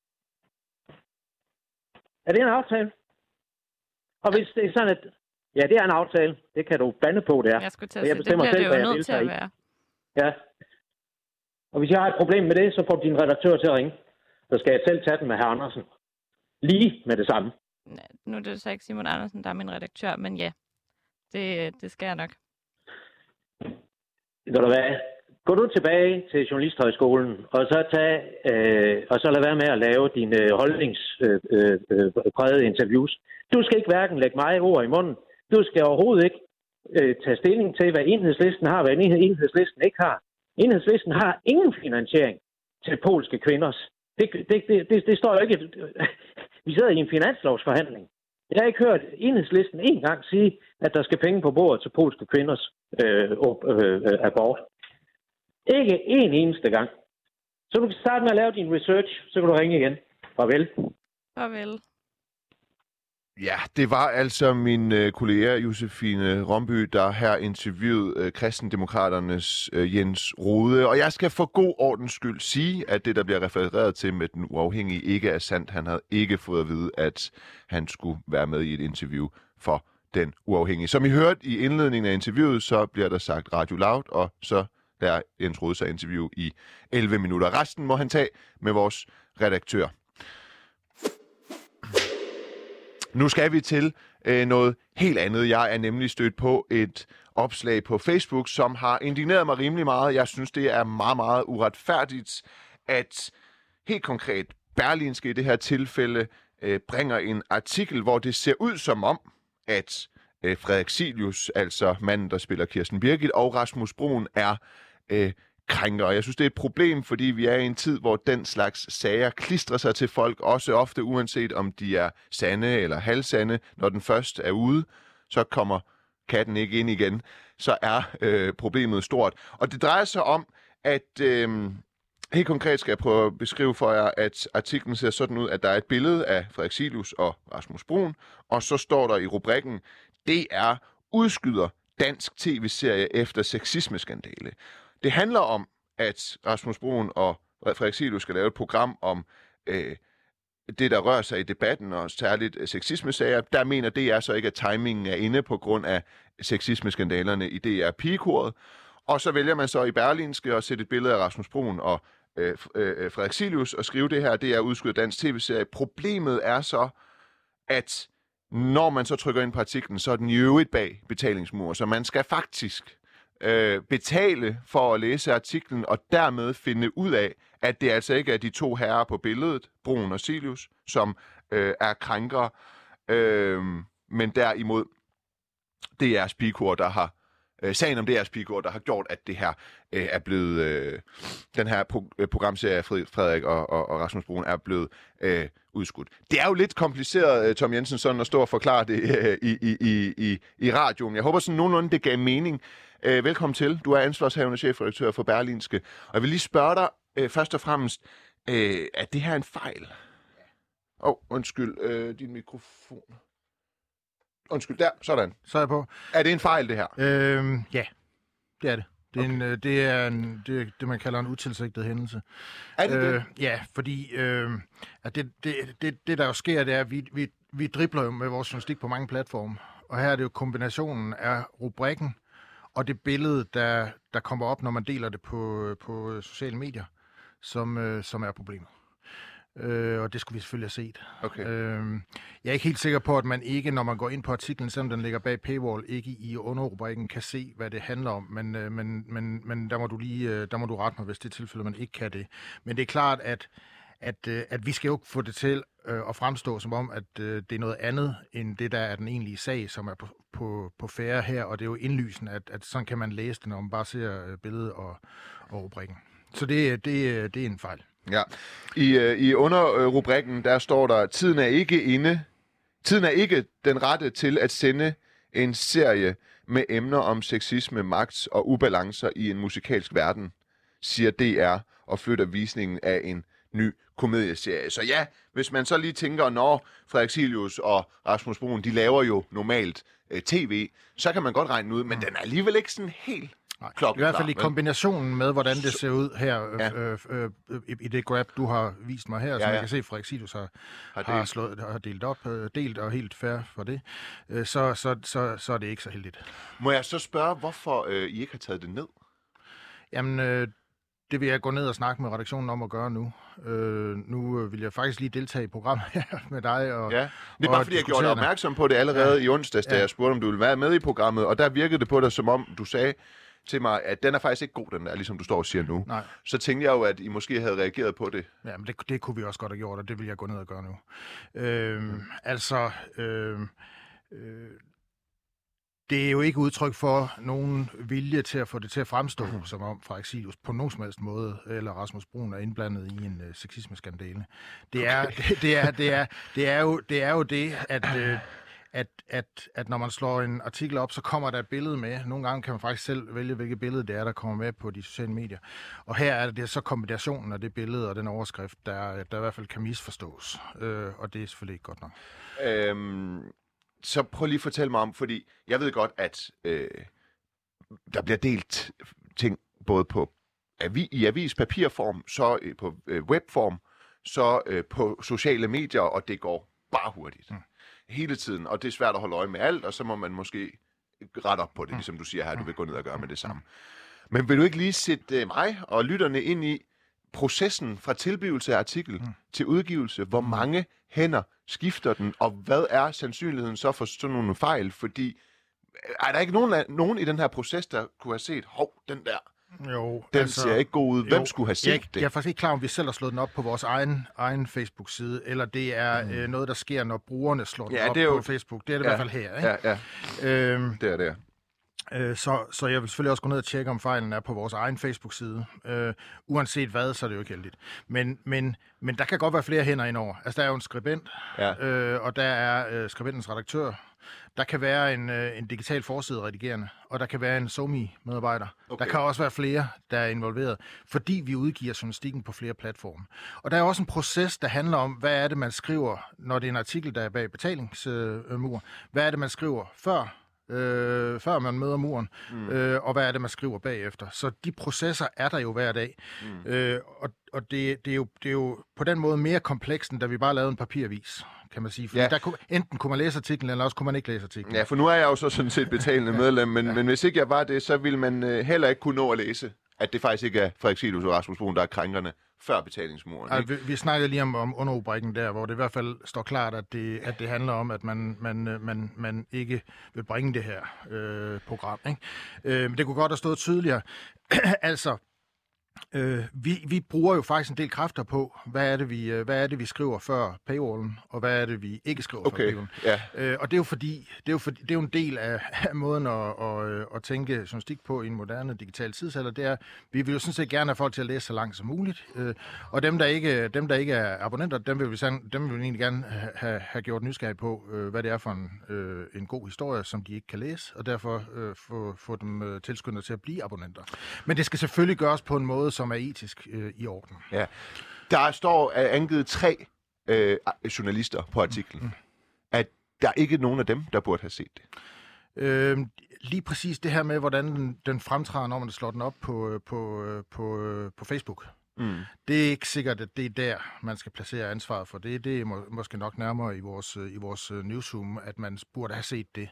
Er det en aftale? Og hvis det er sådan, at... Ja, det er en aftale. Det kan du bande på, det er. Jeg skulle til at sige, det bliver selv, det jo nødt til at være. Ja. Og hvis jeg har et problem med det, så får din redaktør til at ringe. Så skal jeg selv tage den med herr Andersen. Lige med det samme. Nu er det så ikke Simon Andersen, der er min redaktør, men ja, det, det skal jeg nok. Ved du hvad? Gå du tilbage til Journalisthøjskolen, og så, tag, øh, og så lad være med at lave dine holdningsprægede øh, øh, interviews. Du skal ikke hverken lægge mig ord i munden. Du skal overhovedet ikke øh, tage stilling til, hvad Enhedslisten har, hvad Enhedslisten ikke har. Enhedslisten har ingen finansiering til polske kvinders. Det, det, det, det, det står jo ikke... Vi sidder i en finanslovsforhandling. Jeg har ikke hørt Enhedslisten en gang sige, at der skal penge på bordet til polske kvinders øh, øh, øh, abort. Ikke en eneste gang. Så du kan starte med at lave din research, så kan du ringe igen. Farvel. Farvel. Ja, det var altså min øh, kollega Josefine Romby, der her interviewede øh, Kristendemokraternes øh, Jens Rohde. Og jeg skal for god ordens skyld sige, at det, der bliver refereret til med den uafhængige, ikke er sandt. Han havde ikke fået at vide, at han skulle være med i et interview for den uafhængige. Som I hørte i indledningen af interviewet, så bliver der sagt Radio Loud, og så der Jens Rohde så interview i elleve minutter. Resten må han tage med vores redaktør. Nu skal vi til øh, noget helt andet. Jeg er nemlig stødt på et opslag på Facebook, som har indigneret mig rimelig meget. Jeg synes, det er meget, meget uretfærdigt, at helt konkret Berlingske i det her tilfælde øh, bringer en artikel, hvor det ser ud som om, at øh, Frederik Silius, altså manden, der spiller Kirsten Birgit, og Rasmus Bruun er øh, krænker. Og jeg synes, det er et problem, fordi vi er i en tid, hvor den slags sager klistrer sig til folk, også ofte uanset om de er sande eller halvsande. Når den først er ude, så kommer katten ikke ind igen. Så er øh, problemet stort. Og det drejer sig om, at øh, helt konkret skal jeg prøve at beskrive for jer, at artiklen ser sådan ud, at der er et billede af Frederik Silius og Rasmus Bruun, og så står der i rubrikken, D R udskyder dansk tv-serie efter sexismeskandale. Det handler om, at Rasmus Bruun og Frederik Silius skal lave et program om øh, det, der rører sig i debatten, og særligt øh, sexismesager. Der mener D R så ikke, at timingen er inde på grund af sexismeskandalerne i D R Pigekoret. Og så vælger man så i Berlingske at sætte et billede af Rasmus Bruun og øh, øh, Frederik Silius og skrive det her, det er udskydet dansk tv-serie. Problemet er så, at når man så trykker ind på artiklen, så er den i øvrigt bag betalingsmur, så man skal faktisk øh, betale for at læse artiklen, og dermed finde ud af, at det altså ikke er de to herrer på billedet, Bruun og Silius, som øh, er krænkere, øh, men derimod det er Spikor, der har øh, sagen om D R's Pigård, der har gjort, at det her øh, er blevet, øh, den her pro- øh, programserie af Frederik og, og, og Rasmus Broen er blevet øh, udskudt. Det er jo lidt kompliceret, Tom Jensen, sådan at stå og forklare det øh, i, i, i, i, i radioen. Jeg håber sådan nogenlunde, det gav mening. Øh, velkommen til. Du er ansvarshavende chefredaktør for Berlingske. Og jeg vil lige spørge dig øh, først og fremmest, øh, er det her en fejl? Åh, oh, undskyld, øh, din mikrofon. Undskyld, der, sådan. Så er jeg på. Er det en fejl, det her? Øhm, ja, det er det. Det er, Okay. en, øh, det, er en, det, er det, man kalder en utilsigtet hændelse. Er det øh, det? Ja, fordi øh, at det, det, det, det, der jo sker, det er, at vi, vi, vi dribler jo med vores journalistik på mange platforme. Og her er det jo kombinationen af rubrikken og det billede, der, der kommer op, når man deler det på, på sociale medier, som, øh, som er problemet. Øh, og det skulle vi selvfølgelig have set. Okay. Øh, jeg er ikke helt sikker på, at man ikke, når man går ind på artiklen, selvom den ligger bag paywall, ikke i underrubrikken kan se, hvad det handler om. Men, øh, men, men, men der må du lige, øh, der må du rette mig, hvis det er tilfælde, man ikke kan det. Men det er klart, at, at, øh, at vi skal jo få det til øh, at fremstå som om, at øh, det er noget andet, end det, der er den egentlige sag, som er på, på, på færre her. Og det er jo indlysende, at, at sådan kan man læse det, når man bare ser øh, billedet og, og rubrikken. Så det, det, det er en fejl. Ja. I, øh, i underrubrikken, der står der, tiden er ikke inde. Tiden er ikke den rette til at sende en serie med emner om sexisme, magt og ubalancer i en musikalsk verden, siger D R og flytter visningen af en ny komedieserie. Så ja, hvis man så lige tænker, når Frederik Silius og Rasmus Broen, de laver jo normalt øh, tv, så kan man godt regne ud, men den er alligevel ikke sådan helt Nej, i hvert fald i kombinationen med, hvordan det ser ud her Ja. øh, øh, øh, i, i det grab, du har vist mig her, Ja, som ja. jeg kan se, Frederik Silius har, Har har, delt. slået, har delt op, øh, delt og helt fair for det, øh, så, så, så, så er det ikke så heldigt. Må jeg så spørge, hvorfor øh, I ikke har taget det ned? Jamen, øh, det vil jeg gå ned og snakke med redaktionen om at gøre nu. Øh, nu øh, vil jeg faktisk lige deltage i programmet her med dig. Og, Ja, det er bare og fordi, jeg gjorde dig diskutere det. opmærksom på det allerede ja. i onsdags, da Ja. jeg spurgte, om du ville være med i programmet, og der virkede det på dig, som om du sagde til mig, at den er faktisk ikke god, den der, ligesom du står og siger nu. Nej. Så tænkte jeg jo, at I måske havde reageret på det. Ja, men det, det kunne vi også godt have gjort, og det vil jeg gå ned og gøre nu. Øh, mm. Altså... Øh, øh, Det er jo ikke udtryk for nogen vilje til at få det til at fremstå, mm. som om Frederik Silius på nogen som helst måde, eller Rasmus Broen er indblandet i en uh, sexisme-skandale. Det er, okay. det, det, er, det, er, det, er jo, det er jo det, at, uh, at, at, at når man slår en artikel op, så kommer der et billede med. Nogle gange kan man faktisk selv vælge, hvilket billede det er, der kommer med på de sociale medier. Og her er det så kombinationen af det billede og den overskrift, der, der i hvert fald kan misforstås. Uh, og det er selvfølgelig ikke godt nok. Øhm, så prøv lige at fortælle mig om, fordi jeg ved godt, at øh, der bliver delt ting både på avi, i avis papirform, så øh, på øh, webform, så øh, på sociale medier, og det går bare hurtigt. Mm. Hele tiden, og det er svært at holde øje med alt, og så må man måske rette op på det, mm. ligesom du siger her, du vil gå ned og gøre med det samme. Men vil du ikke lige sætte øh, mig og lytterne ind i processen fra tilblivelse af artikel mm. til udgivelse? Hvor mange hænder skifter den, og hvad er sandsynligheden så for sådan nogle fejl? Fordi er der ikke nogen, af, nogen i den her proces, der kunne have set, hov, den der, jo, den altså, ser ikke god ud. Hvem jo, skulle have set jeg, det? Jeg er faktisk ikke klar, om vi selv har slået den op på vores egen, egen Facebook-side, eller det er mm. øh, noget, der sker, når brugerne slår den ja, op det er jo... på Facebook. Det er det ja, i hvert fald her, ikke? Ja, ja. Øhm, det er det. Øh, så, så jeg vil selvfølgelig også gå ned og tjekke, om fejlen er på vores egen Facebook-side. Øh, uanset hvad, så er det jo ikke heldigt. Men, men, men der kan godt være flere hænder indover. Altså, der er jo en skribent, ja. øh, og der er øh, skribentens redaktør. Der kan være en, øh, en digital forside redigerende, og der kan være en SoMe-medarbejder. Okay. Der kan også være flere, der er involveret, fordi vi udgiver journalistikken på flere platforme. Og der er også en proces, der handler om, hvad er det, man skriver, når det er en artikel, der er bag betalingsmur. Øh, hvad er det, man skriver før Øh, før man møder muren, mm. øh, og hvad er det, man skriver bagefter. Så de processer er der jo hver dag. Mm. Øh, og og det, det, er jo, det er jo på den måde mere komplekst, end da vi bare lavede en papiravis, kan man sige. Fordi ja. der kunne, enten kunne man læse artiklen, eller også kunne man ikke læse artiklen. Ja, for nu er jeg jo så sådan set betalende medlem, men, ja. men hvis ikke jeg var det, så ville man øh, heller ikke kunne nå at læse, at det faktisk ikke er Frederik Silius og Rasmus Broen, der er krænkerne før betalingsmuren. Ej, vi, vi snakkede lige om, om underrubrikken der, hvor det i hvert fald står klart, at det, at det handler om, at man, man, man, man ikke vil bringe det her øh, program. Ikke? Øh, det kunne godt have stået tydeligere. altså, Øh, vi, vi bruger jo faktisk en del kræfter på, hvad er det, vi, hvad er det, vi skriver før paywallen, og hvad er det, vi ikke skriver okay. før paywallen. Ja. Øh, og det er jo fordi, det er jo, fordi, det er jo en del af, af måden at, at, at tænke journalistik på i en moderne digital tidsalder. Det er, vi vil jo sådan set gerne have folk til at læse så langt som muligt. Øh, og dem der, ikke, dem, der ikke er abonnenter, dem vil vi, sådan, dem vil vi egentlig gerne have, have gjort nysgerrig på, øh, hvad det er for en, øh, en god historie, som de ikke kan læse, og derfor øh, få, få dem øh, tilskyndet til at blive abonnenter. Men det skal selvfølgelig gøres på en måde, som er etisk øh, i orden. Ja. Der står uh, angivet tre øh, journalister på artiklen. Mm. At der er ikke nogen af dem, der burde have set det. Øh, lige præcis det her med, hvordan den, den fremtræder, når man slår den op på, på, på, på Facebook. Mm. Det er ikke sikkert, at det er der, man skal placere ansvaret for det. Det er må, måske nok nærmere i vores, i vores newsroom, at man burde have set det.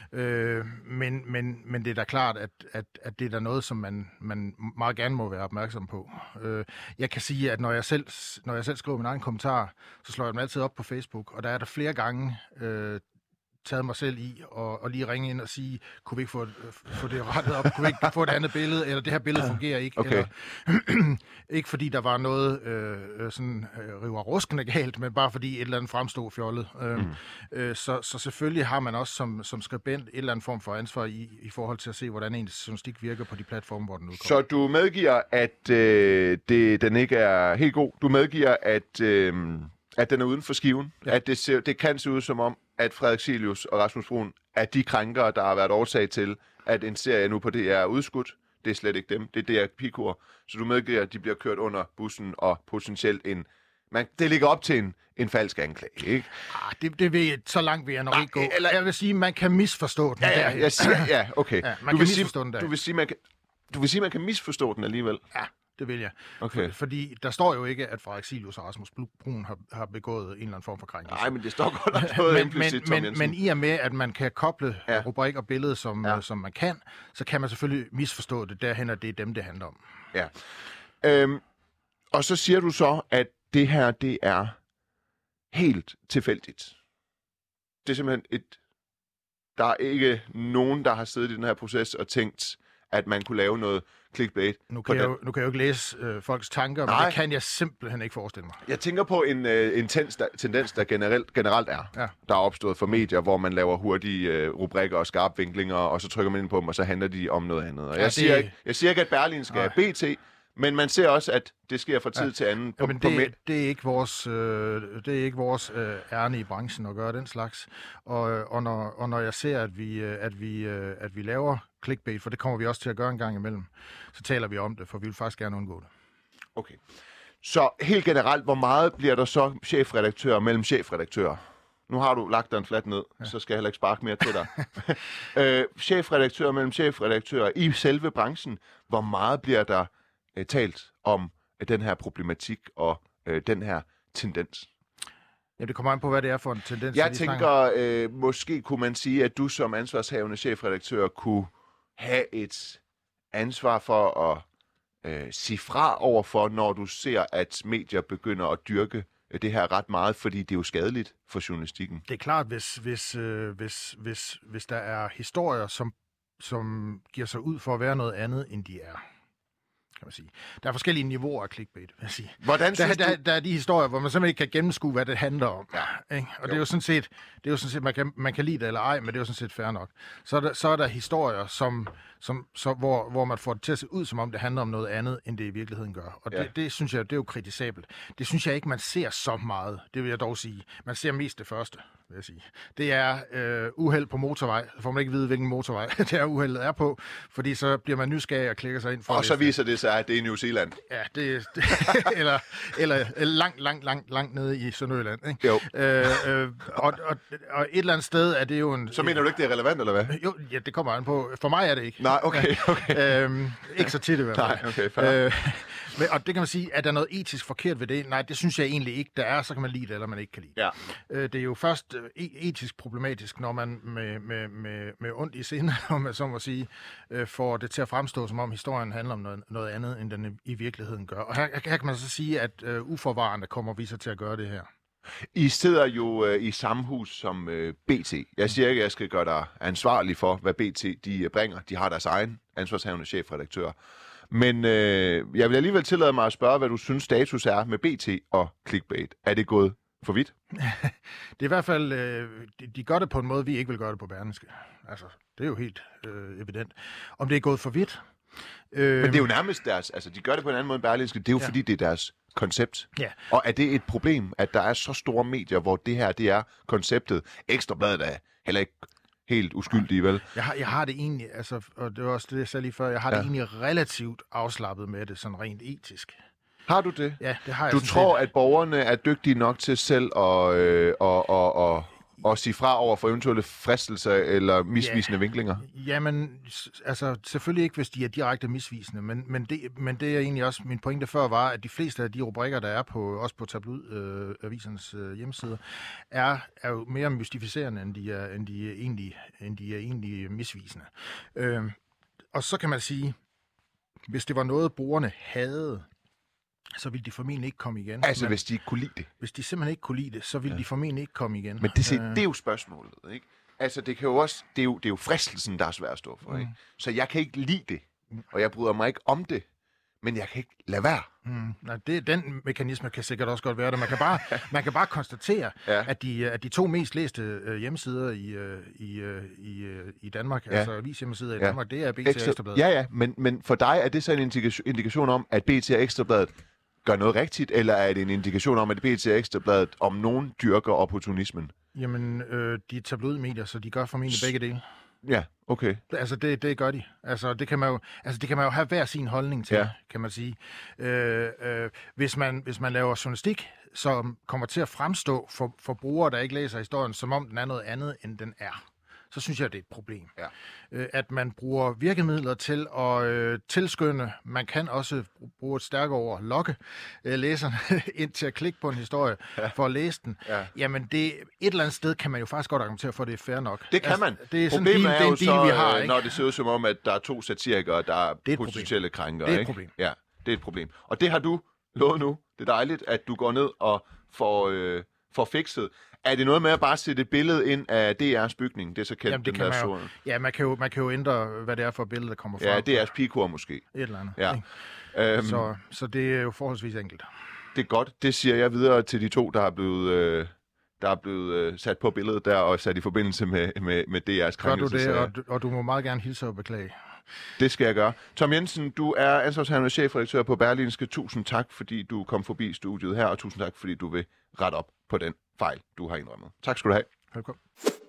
Øh, men, men, men det er da klart, at, at, at det er da noget, som man, man meget gerne må være opmærksom på. Øh, jeg kan sige, at når jeg, selv, når jeg selv skriver min egen kommentar, så slår jeg dem altid op på Facebook, og der er der flere gange øh, taget mig selv i og, og lige ringe ind og sige, kunne vi ikke få, få det rettet op, kunne vi ikke få et andet billede, eller det her billede fungerer ikke. Okay. Eller, ikke fordi der var noget øh, sådan øh, river ruskende galt, men bare fordi et eller andet fremstod fjollet. Øh, mm. øh, så, så selvfølgelig har man også som, som skribent et eller andet form for ansvar i, i forhold til at se, hvordan ens journalistik virker på de platforme, hvor den udkommer. Så du medgiver, at øh, det, den ikke er helt god. Du medgiver, at, øh, at den er uden for skiven. Ja. At det, ser, det kan se ud som om, at Frederik Cilius og Rasmus Bruun er de krænkere, der har været årsag til, at en serie nu på D R er udskudt. Det er slet ikke dem. Det er D R Picor. Så du medgiver, at de bliver kørt under bussen og potentielt en... Man, det ligger op til en, en falsk anklage, ikke? Ah, det, det vil, så langt vil jeg nok Nej, ikke gå. Eller, jeg vil sige, man kan misforstå den. Ja, ja, jeg siger, ja okay. Ja, man du kan misforstå sige, den der. Du vil sige, man kan, du vil sige, man kan misforstå den alligevel? Ja. Det vil jeg. Okay. For, fordi der står jo ikke, at Frederik Cilius og Rasmus Bruun har, har begået en eller anden form for krænkelse. Nej, men det står godt nok noget implicit, Tom men, Jensen. Men i og med, at man kan koble ja. rubrik og billede, som, ja. som man kan, så kan man selvfølgelig misforstå det derhen, at det er dem, det handler om. Ja. Øhm, og så siger du så, at det her, det er helt tilfældigt. Det er simpelthen et... Der er ikke nogen, der har siddet i den her proces og tænkt, at man kunne lave noget clickbait. Nu kan, jeg jo, nu kan jeg jo ikke læse øh, folks tanker, Nej. men det kan jeg simpelthen ikke forestille mig. Jeg tænker på en, øh, en tens, der, tendens, der generelt, generelt er. Ja. Der er opstået for medier, hvor man laver hurtige øh, rubrikker og skarpvinklinger, og så trykker man ind på dem, og så handler de om noget andet. Og ja, jeg, det... siger ikke, jeg siger ikke, at Berlingske er B T, men man ser også, at det sker fra tid ja. til anden. På, ja, men det, det er ikke vores, øh, det er ikke vores øh, ærne i branchen at gøre den slags. Og, og, når, og når jeg ser, at vi, at, vi, at vi laver clickbait, for det kommer vi også til at gøre en gang imellem, så taler vi om det, for vi vil faktisk gerne undgå det. Okay. Så helt generelt, hvor meget bliver der så chefredaktør mellem chefredaktører? Nu har du lagt dig en flat ned, ja. Så skal jeg heller ikke sparke mere til dig. øh, chefredaktør mellem chefredaktører i selve branchen, hvor meget bliver der øh, talt om øh, den her problematik og øh, den her tendens? Ja, det kommer an på, hvad det er for en tendens. Jeg tænker, øh, måske kunne man sige, at du som ansvarshavende chefredaktør kunne have et ansvar for at øh, sige fra overfor, når du ser, at medier begynder at dyrke det her ret meget, fordi det er jo skadeligt for journalistikken. Det er klart, hvis, hvis, øh, hvis, hvis, hvis der er historier, som, som giver sig ud for at være noget andet, end de er. Kan man sige. Der er forskellige niveauer af clickbait, vil jeg sige. Hvordan der, der, der, der er de historier, hvor man simpelthen ikke kan gennemskue, hvad det handler om. Ja. Ikke? Og jo. det er jo sådan set, det er jo sådan set man, kan, man kan lide det eller ej, men det er jo sådan set fair nok. Så er der, så er der historier, som, som, så, hvor, hvor man får det til at se ud, som om det handler om noget andet, end det i virkeligheden gør. Og ja. det, det synes jeg, det er jo kritisabelt. Det synes jeg ikke, man ser så meget. Det vil jeg dog sige. Man ser mest det første, vil jeg sige. Det er øh, uheld på motorvej. Så får man ikke vide, hvilken motorvej det er uheldet er på, fordi så bliver man nysgerrig og klikker sig ind for. Og så viser det sig, at det er New Zealand. Ja, det, det eller, eller langt, langt, langt, langt nede i Sønderjylland. Ikke? Jo. Øh, øh, og, og, og et eller andet sted er det jo en... Så mener du ikke, det er relevant, eller hvad? Jo, ja, det kommer an på. For mig er det ikke. Nej, okay, okay. øhm, ikke så tit i hvert fald. Nej, okay, fair. Øh, men, og det kan man sige, er der noget etisk forkert ved det? Nej, det synes jeg egentlig ikke, der er. Så kan man lide det, eller man ikke kan lide det. Ja. Øh, det er jo først øh, etisk problematisk, når man med, med, med, med ondt i sinde, om man så må sige, øh, får det til at fremstå, som om historien handler om noget, noget andet, end den i virkeligheden gør. Og her, her kan man så sige, at øh, uforvarende kommer vi så til at gøre det her. I sidder jo øh, i samme hus som øh, B T. Jeg siger ikke, at jeg skal gøre dig ansvarlig for, hvad B T de bringer. De har deres egen ansvarshavende chefredaktør. Men øh, jeg vil alligevel tillade mig at spørge, hvad du synes status er med B T og clickbait. Er det gået for vidt? Det er i hvert fald, øh, de, de gør det på en måde, vi ikke vil gøre det på Berlingske. Altså, det er jo helt øh, evident. Om det er gået for vidt? Øh, Men det er jo nærmest deres, altså de gør det på en anden måde end Berlingske, det er jo ja. fordi, det er deres koncept. Ja. Og er det et problem, at der er så store medier, hvor det her, det er konceptet? Ekstra Bladet er heller ikke helt uskyldige, vel? Jeg har, jeg har det egentlig, altså, og det var også det, jeg sagde lige før, jeg har ja. det egentlig relativt afslappet med det, sådan rent etisk. Har du det? Ja, det har jeg. Du tror, set. at borgerne er dygtige nok til selv at, øh, og, og, og, og sige fra over for eventuelle fristelser eller misvisende ja. vinklinger? Jamen, altså selvfølgelig ikke, hvis de er direkte misvisende, men, men, det, men det er egentlig også, min pointe før var, at de fleste af de rubrikker, der er på, også på tabloidavisernes øh, hjemmesider, er, er jo mere mystificerende, end de er, end de er, egentlig, end de er egentlig misvisende. Øh, og så kan man sige, hvis det var noget, brugerne havde, så ville de formentlig ikke komme igen. Altså, men, hvis de ikke kunne lide det? Hvis de simpelthen ikke kunne lide det, så ville ja. de formentlig ikke komme igen. Men det, det er jo spørgsmålet, ikke? Altså, det kan jo også, det er jo, det er jo fristelsen, der er svært at stå for, mm. ikke? Så jeg kan ikke lide det, og jeg bryder mig ikke om det, men jeg kan ikke lade være. Mm. Nej, det, den mekanisme kan sikkert også godt være det. Man kan bare, man kan bare konstatere, ja. at, de, at de to mest læste øh, hjemmesider i, øh, i, øh, i, øh, i Danmark, ja. altså avishjemmesider i ja. Danmark, det er B T og Ekstrabladet. Ja, ja, men, men for dig er det så en indikation, indikation om, at B T og Ekstrabladet gør noget rigtigt, eller er det en indikation om, at B T og Ekstrabladet om nogen dyrker opportunismen? Jamen, øh, de er tabloidmedier, så de gør formentlig begge dele. Ja, okay. Altså, det, det gør de. Altså det, kan man jo, altså, det kan man jo have hver sin holdning til, ja. kan man sige. Øh, øh, hvis, man, hvis man laver journalistik, som kommer til at fremstå for, for brugere, der ikke læser historien, som om den er noget andet, end den er, så synes jeg, det er et problem. Ja. Øh, at man bruger virkemidler til at øh, tilskynde. Man kan også bruge et stærkere ord, lokke øh, læserne ind til at klikke på en historie ja. for at læse den. Ja. Jamen, det, et eller andet sted kan man jo faktisk godt argumentere for, at det er fair nok. Det kan man. Altså, det er Problemet sådan, er jo det er en deal, så, vi har, ikke? når det ser ud som om, at der er to satirikere, der er, er potentielle krænkere. Det er et ikke? problem. Ja, det er et problem. Og det har du lovet nu. Det er dejligt, at du går ned og får, øh, får fikset. Er det noget med at bare sætte et billede ind af D R's bygning? Det er så kendt, Jamen, det den kan der man jo, ja, man kan, jo, man kan jo ændre, hvad det er for et billede, der kommer fra. Ja, D R's pikor måske. Et eller andet. Ja. Øhm, så, så det er jo forholdsvis enkelt. Det er godt. Det siger jeg videre til de to, der er blevet, øh, der er blevet øh, sat på billedet der og sat i forbindelse med, med, med D R's krænkelse. Gør du det, og, og du må meget gerne hilse og beklage. Det skal jeg gøre. Tom Jensen, du er ansvarshavende chefredaktør på Berlingske. Tusind tak, fordi du kom forbi studiet her, og tusind tak, fordi du vil rette op på den fejl, du har indrømmet. Tak skal du have. Velkommen.